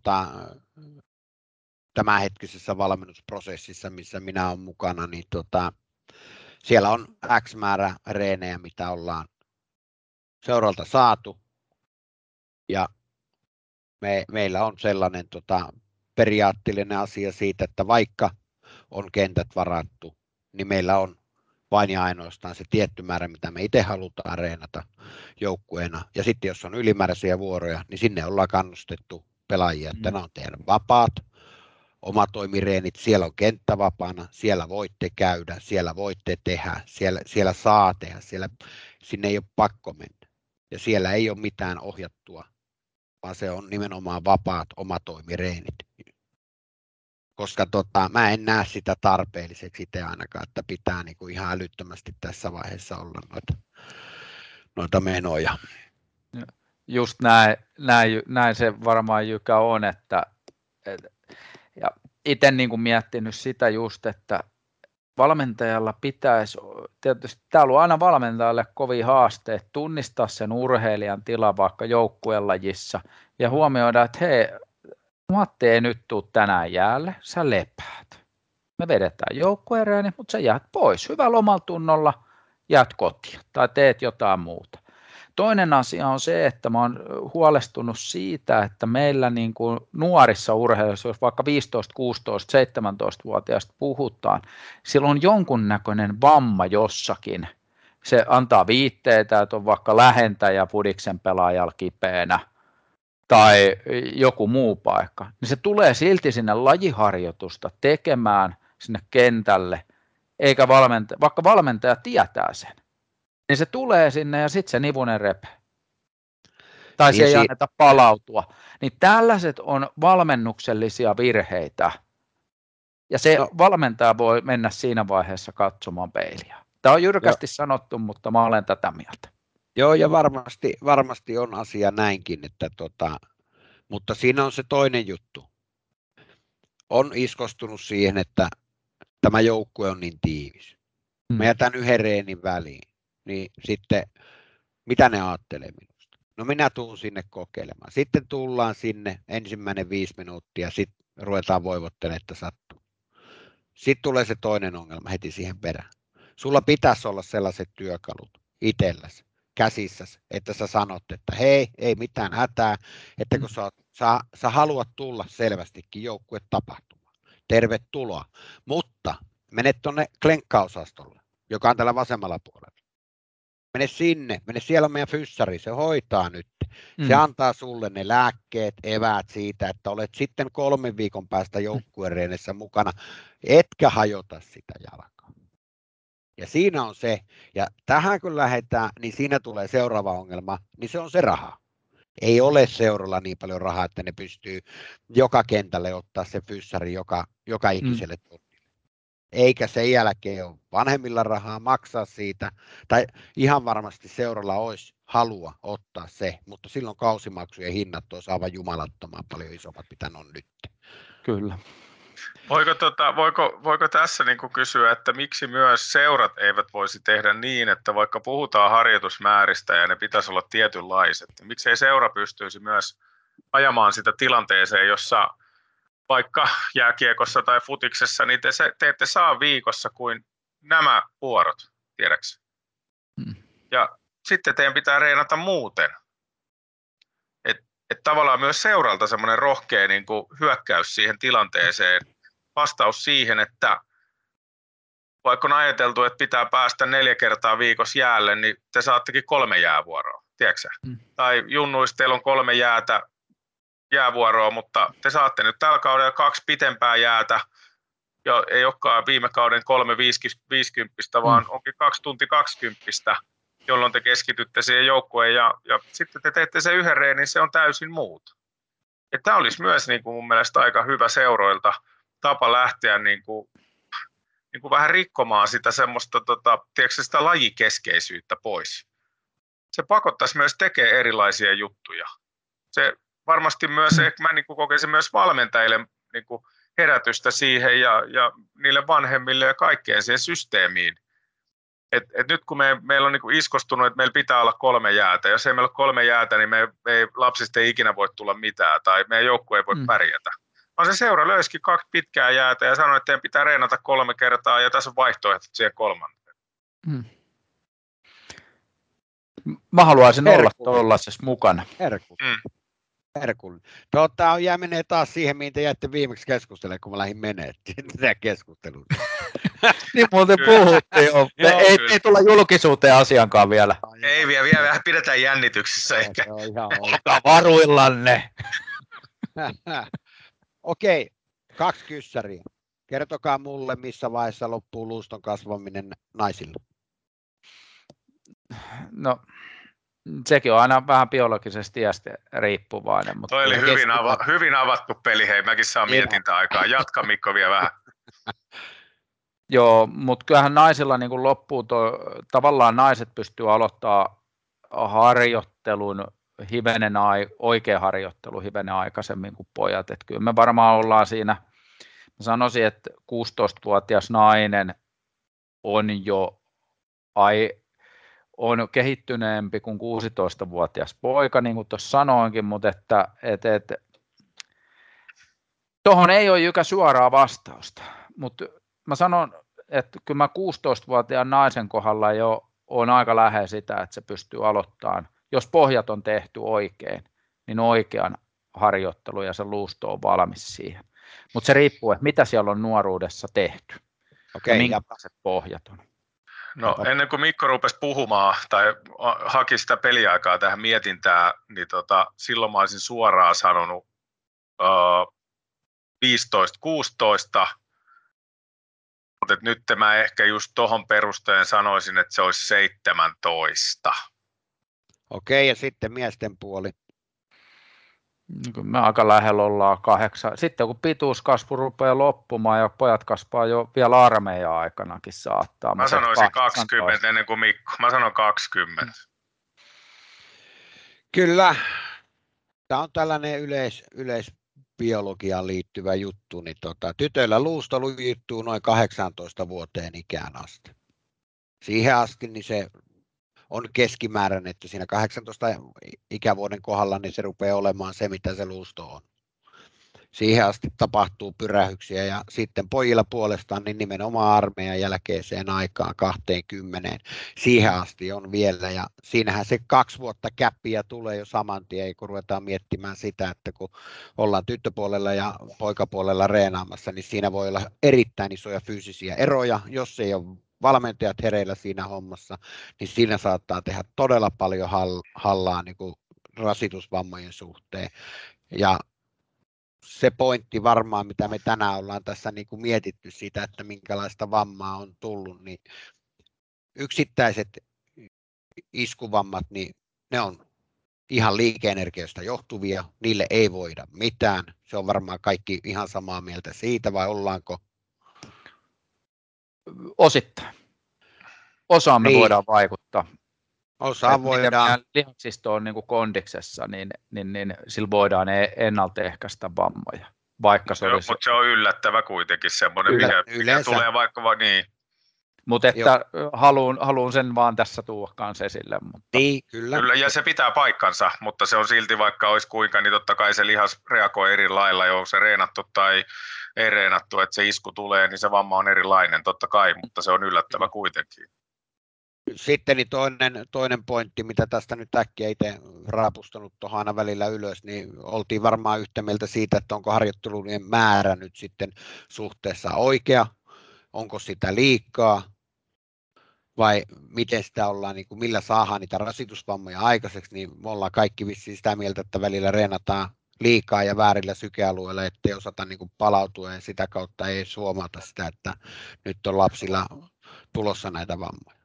tämänhetkisessä valmennusprosessissa, missä minä olen mukana, niin siellä on X määrä reenejä, mitä ollaan seuralta saatu, ja meillä on sellainen periaatteellinen asia siitä, että vaikka on kentät varattu, niin meillä on vain ja ainoastaan se tietty määrä, mitä me itse halutaan reenata joukkueena, ja sitten jos on ylimääräisiä vuoroja, niin sinne ollaan kannustettu pelaajia, että ne on teidän vapaat, omatoimireenit, siellä on kenttä vapaana, siellä voitte käydä, siellä voitte tehdä, siellä saa tehdä, sinne ei ole pakko mennä. Ja siellä ei ole mitään ohjattua, vaan se on nimenomaan vapaat omatoimireenit. Koska mä en näe sitä tarpeelliseksi itse ainakaan, että pitää niinku ihan älyttömästi tässä vaiheessa olla noita menoja. Just näin se varmaan, Jykä, on, että ja itse niin kuin miettinyt sitä just, että valmentajalla pitäisi, tietysti täällä on aina valmentajalle kovin haasteet tunnistaa sen urheilijan tila vaikka joukkuelajissa ja huomioida, että hei, Matti ei nyt tule tänään jäälle, sä lepäät. Me vedetään joukkuereeni, mutta sä jäät pois hyvällä omalla tunnolla jäät kotiin tai teet jotain muuta. Toinen asia on se, että mä oon huolestunut siitä, että meillä niin kuin nuorissa urheiluissa, jos vaikka 15, 16, 17-vuotiaista puhutaan, sillä on jonkunnäköinen vamma jossakin. Se antaa viitteitä, että on vaikka lähentäjä Fudiksen pelaajalla kipeänä tai joku muu paikka. Niin se tulee silti sinne lajiharjoitusta tekemään sinne kentälle, eikä vaikka valmentaja tietää sen. Niin se tulee sinne ja sitten se nivunen repee. Tai se ei anneta palautua. Niin tällaiset on valmennuksellisia virheitä. Ja se valmentaja voi mennä siinä vaiheessa katsomaan peiliä. Tämä on jyrkästi sanottu, mutta mä olen tätä mieltä. Joo, ja varmasti on asia näinkin, että mutta siinä on se toinen juttu. On iskostunut siihen, että tämä joukkue on niin tiivis. Mä jätän yhden reenin väliin. Niin sitten, mitä ne ajattelee minusta? No minä tuun sinne kokeilemaan. Sitten tullaan sinne ensimmäinen 5 minuuttia, sitten ruvetaan voivottelemaan, että sattuu. Sitten tulee se toinen ongelma heti siihen perään. Sulla pitäisi olla sellaiset työkalut itselläsi, käsissäsi, että sä sanot, että hei, ei mitään hätää, että kun sä haluat tulla selvästikin joukkuetapahtumaan. Tervetuloa, mutta mene tuonne klenkkaosastolle, joka on tällä vasemmalla puolella. Mene sinne, siellä on meidän fyssari, se hoitaa nyt. Se antaa sulle ne lääkkeet, eväät siitä, että olet sitten 3 viikon päästä joukkuereenissä mukana, etkä hajota sitä jalkaa. Ja siinä on se, ja tähän kun lähdetään, niin siinä tulee seuraava ongelma, niin se on se raha. Ei ole seuralla niin paljon rahaa, että ne pystyy joka kentälle ottaa se fyssari joka ikiselle tunnille. Eikä sen jälkeen ole vanhemmilla rahaa maksaa siitä, tai ihan varmasti seuralla olisi halua ottaa se, mutta silloin kausimaksujen hinnat olisi aivan jumalattoman paljon isommat, mitä ne on nyt. Kyllä. Voiko tässä niin kuin kysyä, että miksi myös seurat eivät voisi tehdä niin, että vaikka puhutaan harjoitusmääristä ja ne pitäisi olla tietynlaiset, niin miksei seura pystyisi myös ajamaan sitä tilanteeseen, jossa vaikka jääkiekossa tai futiksessa, niin te ette saa viikossa kuin nämä vuorot, tiedäksä. Ja sitten teidän pitää reenata muuten. Että tavallaan myös seuralta semmoinen rohkea niin kuin hyökkäys siihen tilanteeseen, vastaus siihen, että vaikka on ajateltu, että pitää päästä 4 kertaa viikossa jäälle, niin te saattekin 3 jäävuoroa, tiedätkö? Tai junnuissa teillä on 3 jäävuoroa, mutta te saatte nyt tällä kaudella 2 pitempää jäätä, ja ei olekaan viime kauden 3 50, vaan onkin 2 tunti 20, jolloin te keskitytte siihen joukkueen, ja sitten te teette sen yhden reenin, se on täysin muut. Tämä olisi myös niin kuin mun mielestä aika hyvä seuroilta tapa lähteä niin kuin vähän rikkomaan sitä semmoista tiedätkö, sitä lajikeskeisyyttä pois. Se pakottaisi myös tekemään erilaisia juttuja. Se varmasti myös, mä niin kuin kokisin myös valmentajille niin kuin herätystä siihen ja niille vanhemmille ja kaikkeen siihen systeemiin. Et nyt kun meillä on niin kuin iskostunut, että meillä pitää olla 3 jäätä, jos ei meillä ole 3 jäätä, niin me ei lapsista ei ikinä voi tulla mitään tai meidän joukkue ei voi pärjätä. Vaan se seura löysikin 2 pitkää jäätä ja sanoi, että teidän pitää reenata 3 kertaa ja tässä on vaihtoehto siihen 3. Mä haluaisin olla tuollaisessa mukana. Herkullinen. Jää menee taas siihen, mihin te jäitte viimeksi keskustelemaan, kun mä lähdin menee tätä keskustelua. Niin muuten puhuttiin jo. Ei tulla julkisuuteen asiankaan vielä. Ei vielä vähän pidetään jännityksissä ehkä. Olkaa varuillanne. Okei, 2 kyssäriä. Kertokaa mulle, missä vaiheessa loppuu luuston kasvaminen naisilla. No, sekin on aina vähän biologisesti iästä riippuvainen. Mutta toi oli hyvin avattu peli, hei, mäkin saan mietintäaikaa. Jatka Mikko vielä vähän. Joo, mutta kyllähän naisilla niin kuin loppuu, tavallaan naiset pystyy aloittaa harjoittelun oikea harjoittelu hivenen aikaisemmin kuin pojat. Et kyllä me varmaan ollaan siinä, mä sanoisin, että 16-vuotias nainen on jo on kehittyneempi kuin 16-vuotias poika, niin kuin tuossa sanoinkin, mutta tuohon ei ole Jykä suoraa vastausta, mutta mä sanon, että kyllä mä 16-vuotiaan naisen kohdalla jo on aika lähellä sitä, että se pystyy aloittamaan, jos pohjat on tehty oikein, niin oikean harjoittelu ja se luusto on valmis siihen. Mutta se riippuu, että mitä siellä on nuoruudessa tehty ja minkälaiset pohjat on. No ennen kuin Mikko rupesi puhumaan tai haki sitä peliaikaa tähän mietintään, niin silloin mä olisin suoraan sanonut 15-16, mutta nyt mä ehkä just tuohon perusteen sanoisin, että se olisi 17. Okei, ja sitten miesten puoli. Me aika lähellä ollaan 8. Sitten kun pituuskasvu rupeaa loppumaan ja pojat kasvaa jo vielä armeijan aikanakin saattaa. Mä sanoisin 20 ennen kuin Mikko. Mä sanon 20. Kyllä. Tämä on tällainen yleisbiologiaan liittyvä juttu. Niin tytöillä luusto lujittuu noin 18 vuoteen ikään asti. Siihen asti niin se on keskimääräinen, että siinä 18 ikävuoden kohdalla niin se rupeaa olemaan se, mitä se luusto on. Siihen asti tapahtuu pyrähyksiä ja sitten pojilla puolestaan niin nimenomaan armeijan jälkeiseen aikaan 20. Siihen asti on vielä ja siinähän se 2 vuotta käppiä tulee jo saman tien, kun ruvetaan miettimään sitä, että kun ollaan tyttöpuolella ja poikapuolella reenaamassa, niin siinä voi olla erittäin isoja fyysisiä eroja, jos ei ole valmentajat hereillä siinä hommassa, niin siinä saattaa tehdä todella paljon hallaa niin kuin rasitusvammojen suhteen. Ja se pointti varmaan, mitä me tänään ollaan tässä niin kuin mietitty siitä, että minkälaista vammaa on tullut, niin yksittäiset iskuvammat, niin ne on ihan liike-energiasta johtuvia, niille ei voida mitään. Se on varmaan kaikki ihan samaa mieltä siitä, vai ollaanko? Osittain. Osaan me voidaan vaikuttaa. Osaan voidaan. Miten lihaksisto on niin kuin kondiksessa, niin sillä voidaan ennaltaehkäistä vammoja. Vaikka se olisi... Mutta se on yllättävä kuitenkin semmoinen, mikä tulee vaikka niin. Mutta että haluan sen vaan tässä tuoda kanssa esille. Mutta... Niin, kyllä. Ja se pitää paikkansa, mutta se on silti, vaikka olisi kuinka, niin totta kai se lihas reagoi eri lailla, jo se reenattu tai ei reenattu, että se isku tulee, niin se vamma on erilainen, totta kai, mutta se on yllättävä kuitenkin. Sitten niin toinen pointti, mitä tästä nyt äkkiä itse raapustanut tuohon aina välillä ylös, niin oltiin varmaan yhtä mieltä siitä, että onko harjoittelujen määrä nyt sitten suhteessa oikea, onko sitä liikaa, vai miten sitä ollaan, niin kuin millä saadaan niitä rasitusvammoja aikaiseksi, niin me ollaan kaikki vissiin sitä mieltä, että välillä reenataan liikaa ja väärillä sykealueilla, ettei osata niin kuin palautua ja sitä kautta ei huomata sitä, että nyt on lapsilla tulossa näitä vammoja.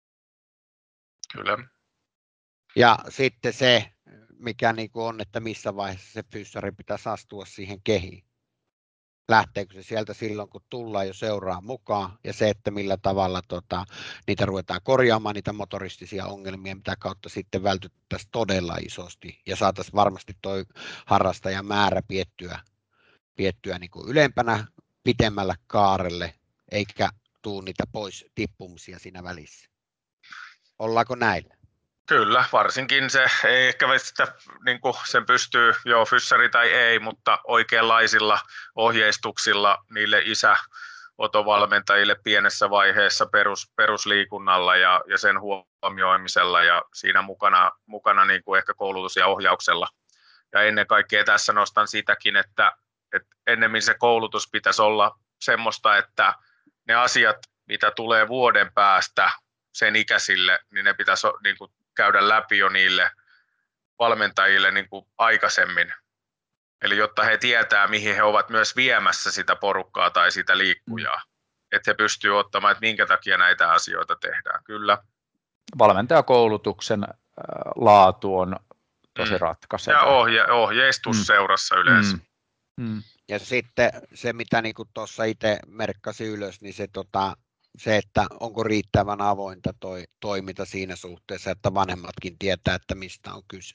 Kyllä. Ja sitten se, mikä niin kuin on, että missä vaiheessa se fyssari pitäisi astua siihen kehiin. Lähteekö se sieltä silloin, kun tullaan jo seuraan mukaan, ja se, että millä tavalla niitä ruvetaan korjaamaan, niitä motoristisia ongelmia, mitä kautta sitten vältyttäisiin todella isosti, ja saataisiin varmasti tuo harrastajan määrä piettyä niin kuin ylempänä, pitemmällä kaarelle, eikä tule niitä pois tippumisia siinä välissä. Ollaanko näillä? Kyllä, varsinkin se ei ehkä sitä, niin kuin sen pystyy, fyssari tai ei, mutta oikeanlaisilla ohjeistuksilla niille isäotovalmentajille pienessä vaiheessa perusliikunnalla ja sen huomioimisella ja siinä mukana niin kuin ehkä koulutus ja ohjauksella. Ja ennen kaikkea tässä nostan sitäkin, että ennemmin se koulutus pitäisi olla semmoista, että ne asiat, mitä tulee vuoden päästä sen ikäisille, niin ne pitäisi niin kuin käydä läpi jo niille valmentajille niin kuin aikaisemmin. Eli jotta he tietää, mihin he ovat myös viemässä sitä porukkaa tai sitä liikkujaa. Että he pystyvät ottamaan, että minkä takia näitä asioita tehdään. Kyllä. Valmentajakoulutuksen laatu on tosi ratkaiseva. Ja ohjeistus seurassa yleensä. Ja sitten se, mitä niin tuossa itse merkkasin ylös, niin se, että onko riittävän avointa toi toiminta siinä suhteessa, että vanhemmatkin tietää, että mistä on kyse.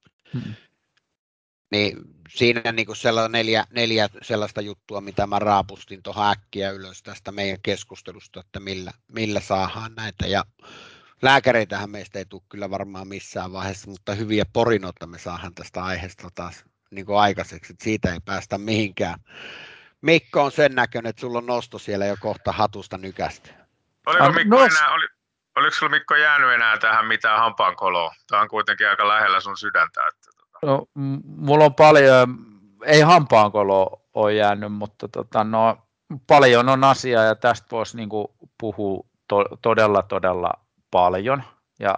Niin siinä niin kuin neljä sellaista juttua, mitä mä raapustin tuohon äkkiä ylös tästä meidän keskustelusta, että millä saadaan näitä. Ja lääkäreitähän meistä ei tule kyllä varmaan missään vaiheessa, mutta hyviä porinoita me saadaan tästä aiheesta taas niin kuin aikaiseksi, että siitä ei päästä mihinkään. Mikko on sen näköinen, että sulla on nosto siellä jo kohta hatusta nykästä. Oliko Mikko enää? Oliko sulla, Mikko, jäänyt enää tähän mitään hampaankoloa? Tämä on kuitenkin aika lähellä sun sydäntä. No, mulla on paljon, ei hampaankolo ole jäänyt, mutta paljon on asiaa ja tästä voisi niinku puhua todella paljon. Ja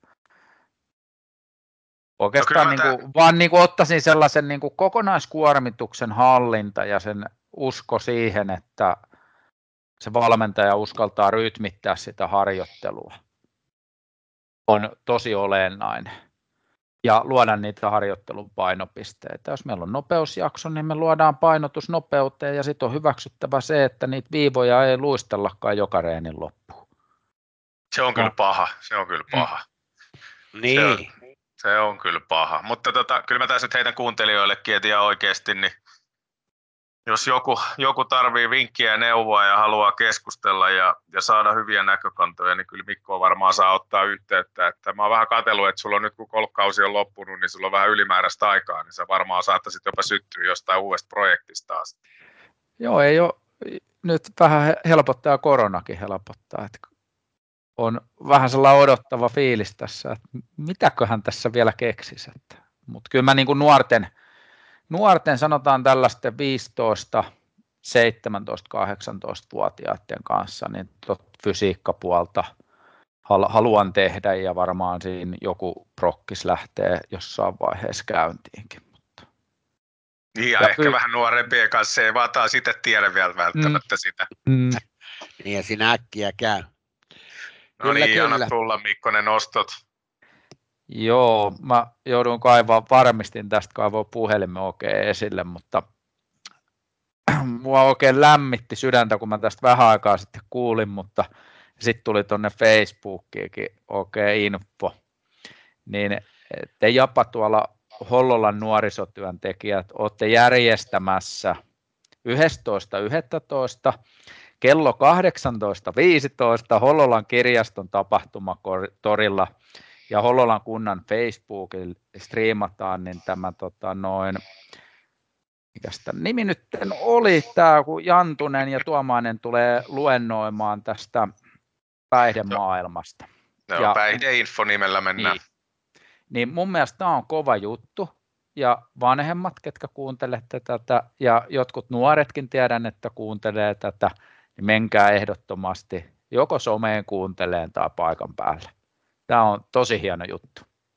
oikeastaan vaan ottaisin sellaisen kokonaiskuormituksen hallinta ja sen usko siihen, että se valmentaja uskaltaa rytmittää sitä harjoittelua on tosi olennainen. Ja luoda niitä harjoittelun painopisteitä. Jos meillä on nopeusjakso, niin me luodaan painotus nopeuteen ja sitten on hyväksyttävä se, että niitä viivoja ei luistellakaan joka reenin loppuun. Se on kyllä paha, se on kyllä paha. Niin. Se on kyllä paha, mutta kyllä mä tässä nyt heitän kuuntelijoillekin, että ihan oikeasti, niin jos joku tarvii vinkkiä ja neuvoa ja haluaa keskustella ja saada hyviä näkökantoja, niin kyllä Mikko varmaan saa ottaa yhteyttä. Että mä oon vähän katsellut, että sulla on nyt kun golfkausi on loppunut, niin sulla on vähän ylimääräistä aikaa, niin sä varmaan saattaisit jopa syttyä jostain uudesta projektista taas. Joo, ei ole. Nyt vähän helpottaa, koronakin helpottaa. Että on vähän sellainen odottava fiilis tässä, että mitäköhän tässä vielä keksisi. Mutta kyllä mä niin kuin nuorten sanotaan tällaisten 15, 17, 18-vuotiaiden kanssa, niin fysiikkapuolta haluan tehdä ja varmaan siinä joku prokkis lähtee jossain vaiheessa käyntiinkin. Niin ja ehkä vähän nuorempien kanssa, ei vaan taas itse tiedä vielä välttämättä sitä. Niin ja siinä äkkiä käy. No kyllä, niin, anna tulla Mikkonen nostot. Joo, mä joudun varmistin tästä kaivaa puhelimen oikein esille, mutta mua oikein lämmitti sydäntä, kun mä tästä vähän aikaa sitten kuulin, mutta sitten tuli tuonne Facebookiinkin oikein info. Niin te Japa tuolla Hollolan nuorisotyöntekijät olette järjestämässä 11.11. kello 18.15 Hollolan kirjaston tapahtumatorilla ja Hollolan kunnan Facebookilla striimataan, niin tämä mikäs tämän nimi nyt oli, tämä kun Jantunen ja Tuomainen tulee luennoimaan tästä päihdemaailmasta. Joo, päihdeinfo nimellä mennään. Niin mun mielestä tämä on kova juttu, ja vanhemmat, ketkä kuuntelette tätä, ja jotkut nuoretkin tiedän, että kuuntelee tätä, niin menkää ehdottomasti joko someen kuunteleen tai paikan päälle. Tämä on tosi hieno juttu.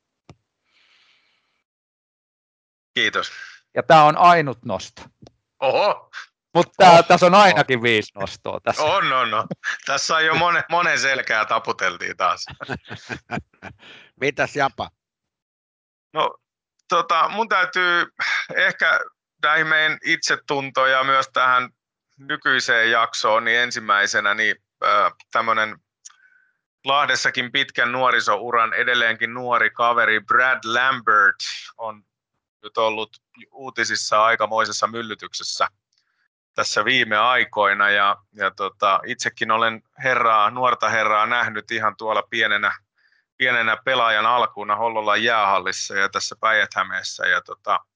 Kiitos. Ja tämä on ainut nosto. Oho! Mutta tässä on ainakin 5 nostoa tässä. On. Tässä on jo monen selkää taputeltiin taas. Mitäs Japa? No, mun täytyy ehkä näihin meidän itsetuntoon ja myös tähän nykyiseen jaksoon, niin ensimmäisenä niin tämmöinen Lahdessakin pitkän nuorisouran edelleenkin nuori kaveri Brad Lambert on nyt ollut uutisissa aikamoisessa myllytyksessä tässä viime aikoina ja itsekin olen nuorta herraa nähnyt ihan tuolla pienenä pelaajan alkuuna Hollolan jäähallissa ja tässä Päijät-Hämeessä ja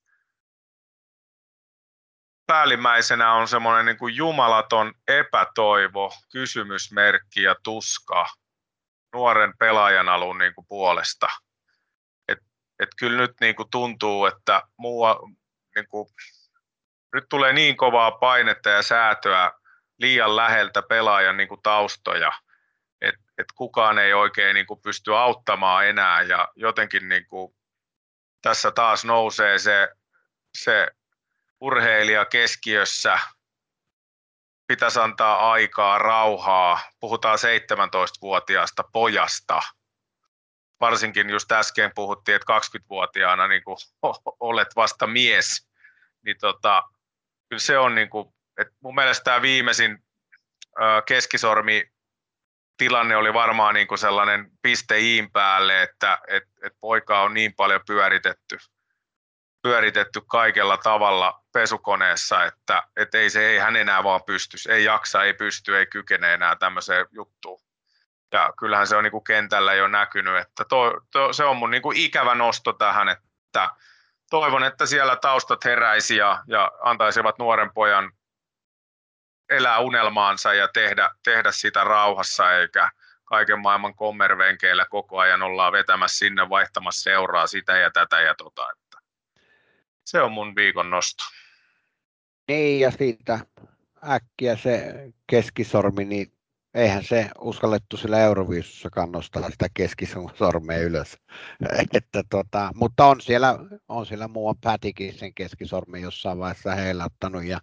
päällimmäisenä on semmoinen niin kuin jumalaton epätoivo, kysymysmerkki ja tuska nuoren pelaajan alun niin kuin puolesta. Et kyllä nyt niin kuin tuntuu, että niin kuin, nyt tulee niin kovaa painetta ja säätöä liian läheltä pelaajan niin kuin taustoja, että kukaan ei oikein niin kuin pysty auttamaan enää ja jotenkin niin kuin, tässä taas nousee se urheilija keskiössä, pitäisi antaa aikaa, rauhaa, puhutaan 17-vuotiaasta pojasta. Varsinkin just äsken puhuttiin, että 20-vuotiaana niin kuin olet vasta mies, niin kyllä se on niin kuin, että mun mielestä tämä viimeisin keskisormi tilanne oli varmaan niin kuin sellainen piste iin päälle, että poika on niin paljon pyöritetty kaikella tavalla pesukoneessa, että ei hän enää vaan pystyisi, ei jaksa, ei pysty, ei kykene enää tämmöiseen juttuun. Ja kyllähän se on niin kuin kentällä jo näkynyt, että se on mun niin kuin ikävä nosto tähän, että toivon, että siellä taustat heräisi ja antaisivat nuoren pojan elää unelmaansa ja tehdä sitä rauhassa, eikä kaiken maailman kommervenkeillä koko ajan ollaan vetämässä sinne, vaihtamassa seuraa sitä ja tätä ja tota. Että se on mun viikon nosto. Niin, ja siitä äkkiä se keskisormi, niin eihän se uskallettu sillä Euroviisussakaan nostaa sitä keskisormea ylös. Mutta on siellä muuan Pätikin sen keskisormen jossain vaiheessa heilauttanut ja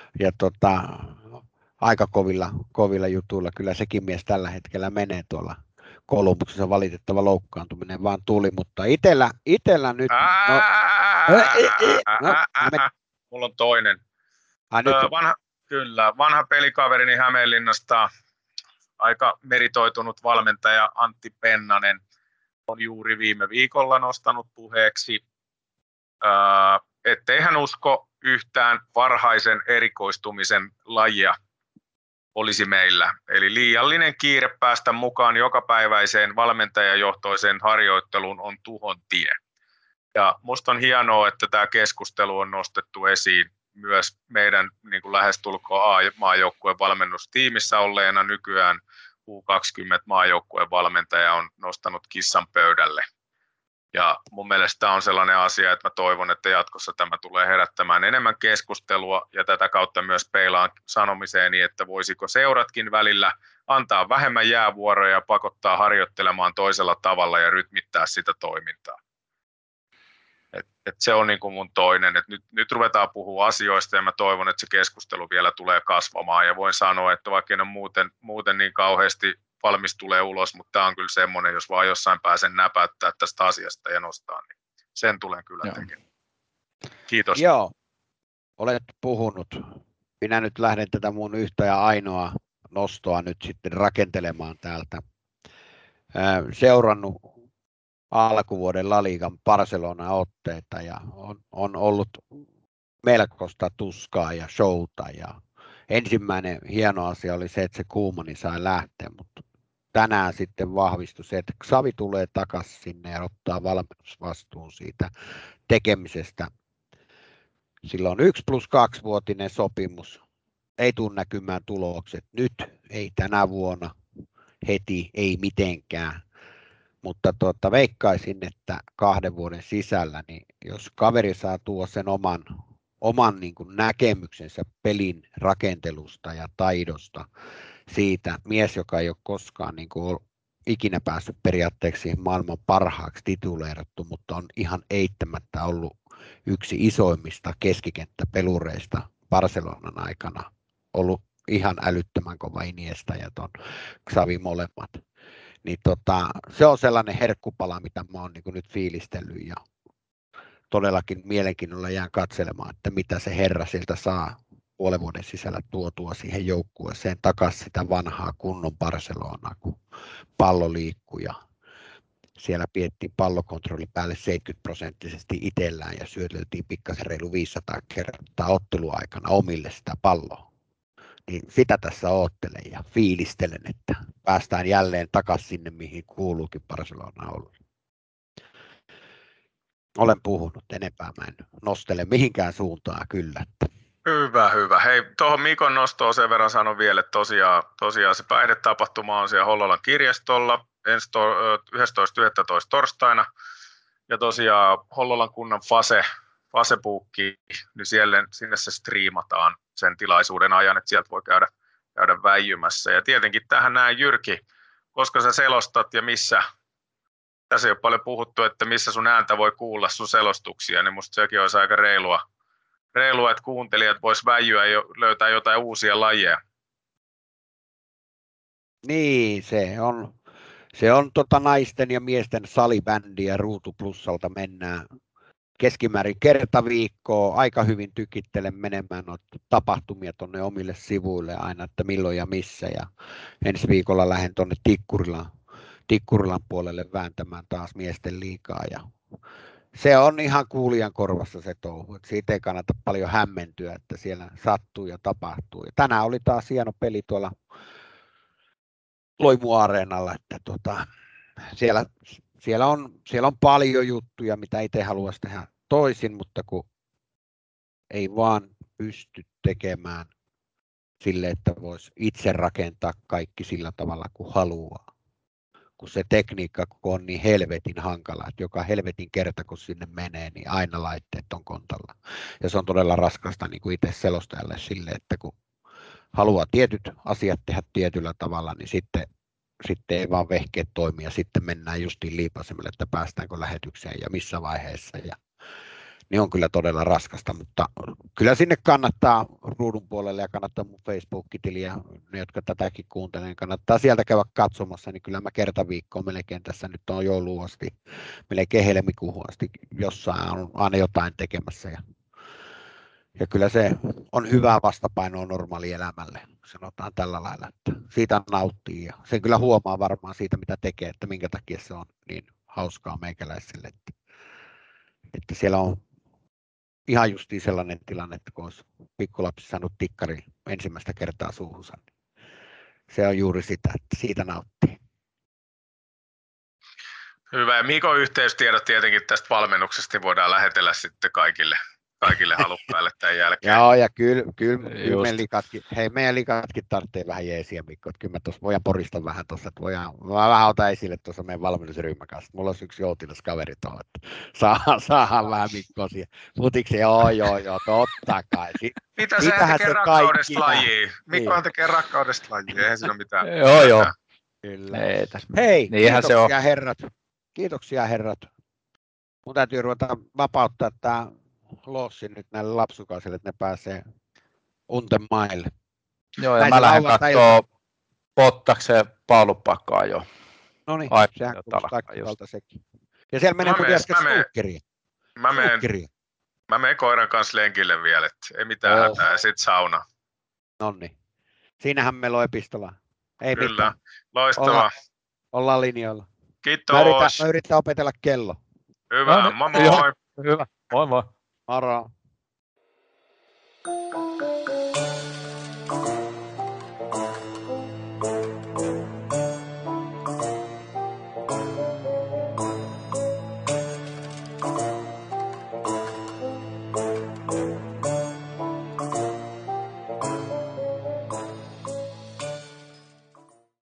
aika kovilla jutuilla. Kyllä sekin mies tällä hetkellä menee tuolla Kolumbuksessa, valitettava loukkaantuminen vaan tuli, mutta itellä nyt... Mulla on toinen. Vanha pelikaverini Hämeenlinnasta, aika meritoitunut valmentaja Antti Pennanen on juuri viime viikolla nostanut puheeksi, ettei hän usko yhtään varhaisen erikoistumisen lajia olisi meillä. Eli liiallinen kiire päästä mukaan jokapäiväiseen valmentajajohtoiseen harjoitteluun on tuhon tie. Ja musta on hienoa, että tämä keskustelu on nostettu esiin myös meidän niin kuin lähestulkoon A-maajoukkueen valmennustiimissä olleena nykyään U20-maajoukkueen valmentaja on nostanut kissan pöydälle. Ja mun mielestä tämä on sellainen asia, että mä toivon, että jatkossa tämä tulee herättämään enemmän keskustelua ja tätä kautta myös peilaan sanomiseeni, että voisiko seuratkin välillä antaa vähemmän jäävuoroja ja pakottaa harjoittelemaan toisella tavalla ja rytmittää sitä toimintaa. Et se on niin kuin mun toinen, että nyt ruvetaan puhua asioista ja mä toivon, että se keskustelu vielä tulee kasvamaan ja voin sanoa, että vaikka en ole muuten niin kauheasti valmis tulee ulos, mutta tämä on kyllä semmoinen, jos vaan jossain pääsen näpäyttää tästä asiasta ja nostaa, niin sen tulen kyllä tekemään. Kiitos. Joo, olet puhunut. Minä nyt lähden tätä mun yhtä ja ainoa nostoa nyt sitten rakentelemaan täältä. Seurannut alkuvuoden La Ligan Barcelona-otteita ja on ollut melkoista tuskaa ja showta. Ja ensimmäinen hieno asia oli se, että se Koemani sai lähteä, mutta tänään sitten vahvistui se, että Xavi tulee takaisin sinne ja ottaa valmennusvastuun siitä tekemisestä. Sillä on 1+2-vuotinen sopimus, ei tule näkymään tulokset nyt, ei tänä vuonna, heti, ei mitenkään. Mutta veikkaisin, että 2 vuoden sisällä, niin jos kaveri saa tuoda sen oman niin kuin näkemyksensä pelin rakentelusta ja taidosta siitä, mies, joka ei ole koskaan niin kuin ikinä päässyt periaatteeksi maailman parhaaksi tituleerattu, mutta on ihan eittämättä ollut yksi isoimmista keskikenttäpelureista Barcelonan aikana, ollut ihan älyttömän kova Iniesta ja ton Xavi molemmat. Niin se on sellainen herkkupala, mitä mä oon niin nyt fiilistellyt ja todellakin mielenkiinnolla jään katselemaan, että mitä se herra sieltä saa 5 vuoden sisällä tuotua siihen joukkueeseen takaisin sitä vanhaa kunnon Barcelonaa, kun pallo liikkui ja siellä piettiin pallokontrolli päälle 70% itsellään ja syöteltiin pikkasen reilu 500 kertaa otteluaikana omille sitä palloa. Niin sitä tässä oottelen ja fiilistelen, että päästään jälleen takaisin sinne, mihin kuuluukin Barcelona olla. Olen puhunut enempää, mä en nostele mihinkään suuntaan kyllä. Hyvä. Hei, tuohon Mikon nostoon sen verran sanon vielä, että tosiaan se päihdetapahtuma on siellä Hollolan kirjastolla 11.11. torstaina. Ja tosiaan Hollolan kunnan Fasebuukki, niin sinne se striimataan sen tilaisuuden ajan, että sieltä voi käydä väijymässä. Ja tietenkin tähän näin Jyrki, koska sä selostat ja missä, tässä ei ole paljon puhuttu, että missä sun ääntä voi kuulla sun selostuksia, niin musta sekin olisi aika reilua, että kuuntelijat vois väijyä ja löytää jotain uusia lajeja. Niin, se on naisten ja miesten salibändi ja Ruutu Plussalta mennään keskimäärin kerta viikkoa, aika hyvin tykittelen menemään noita tapahtumia tuonne omille sivuille aina, että milloin ja missä. Ja ensi viikolla lähden tuonne Tikkurilan puolelle vääntämään taas miesten liigaa. Ja se on ihan kuulijan korvassa se touhu, että siitä ei kannata paljon hämmentyä, että siellä sattuu ja tapahtuu. Ja tänään oli taas hieno peli tuolla Loimu-areenalla, että siellä on paljon juttuja, mitä itse haluaisi tehdä toisin, mutta kun ei vaan pysty tekemään sille, että voisi itse rakentaa kaikki sillä tavalla kuin haluaa. kun se tekniikka kun on niin helvetin hankala, että joka helvetin kerta kun sinne menee, niin aina laitteet on kontalla. Ja se on todella raskasta niin kuin itse selostajalle sille, että kun haluaa tietyt asiat tehdä tietyllä tavalla, niin sitten ei vaan vehkeet toimi ja sitten mennään justiin liipaisemmalle, että päästäänkö lähetykseen ja missä vaiheessa. Ja niin on kyllä todella raskasta, mutta kyllä sinne kannattaa ruudun puolelle ja kannattaa mun Facebook-tiliä, ne jotka tätäkin kuuntelevat, niin kannattaa sieltä käydä katsomassa, niin kyllä mä kerta viikkoon melkein tässä nyt on jouluun asti, melkein helmikuuhun asti jossain on aina jotain tekemässä ja kyllä se on hyvää vastapainoa normaalielämälle, sanotaan tällä lailla, että siitä nauttii ja sen kyllä huomaa varmaan siitä, mitä tekee, että minkä takia se on niin hauskaa meikäläiselle, että siellä on ihan justiin sellainen tilanne, että kun olisi pikkulapsi saanut tikkari ensimmäistä kertaa suuhunsa, niin se on juuri sitä, että siitä nauttii. Hyvä, ja Mikon yhteystiedot tietenkin tästä valmennuksesta voidaan lähetellä sitten kaikille halukkaille tämän jälkeen. Joo, ja kyllä meidän likatkin tarvitsee vähän jeesiä, Mikko, että kyllä mä tuossa voidaan porista vähän tuossa, että mä vähän otan esille tuossa meidän valmennusryhmän kanssa. Mulla olisi yksi joutilaskaveri tuohon, että saadaan vähän Mikkoa siihen. Putiksi, joo, totta kai. Mitä se tekee rakkaudesta lajiin? Mikkohan tekee rakkaudesta lajiin, eihän siinä ole mitään. Joo. Kyllä. Hei, kiitoksia herrat. Mun täytyy ruveta vapauttaa tämä lossi nyt näille lapsukaisille, että ne pääsee unten maille. Joo, ja mä lähden kattoo Pottaksen paalupakkaa jo. No niin, sehän kuulostaa kivalta sekin. Ja siellä menee kun äsken snookkeria. Mä menen koiran kanssa lenkille vielä, että ei mitään hätää, ja sit sauna. Nonni. Siinähän meillä on epistola. Ei kyllä, mitään. Loistavaa. Ollaan linjoilla. Kiitos. Mä yritän opetella kello. Hyvä, moi moi. Hyvä, moi moi. Moro.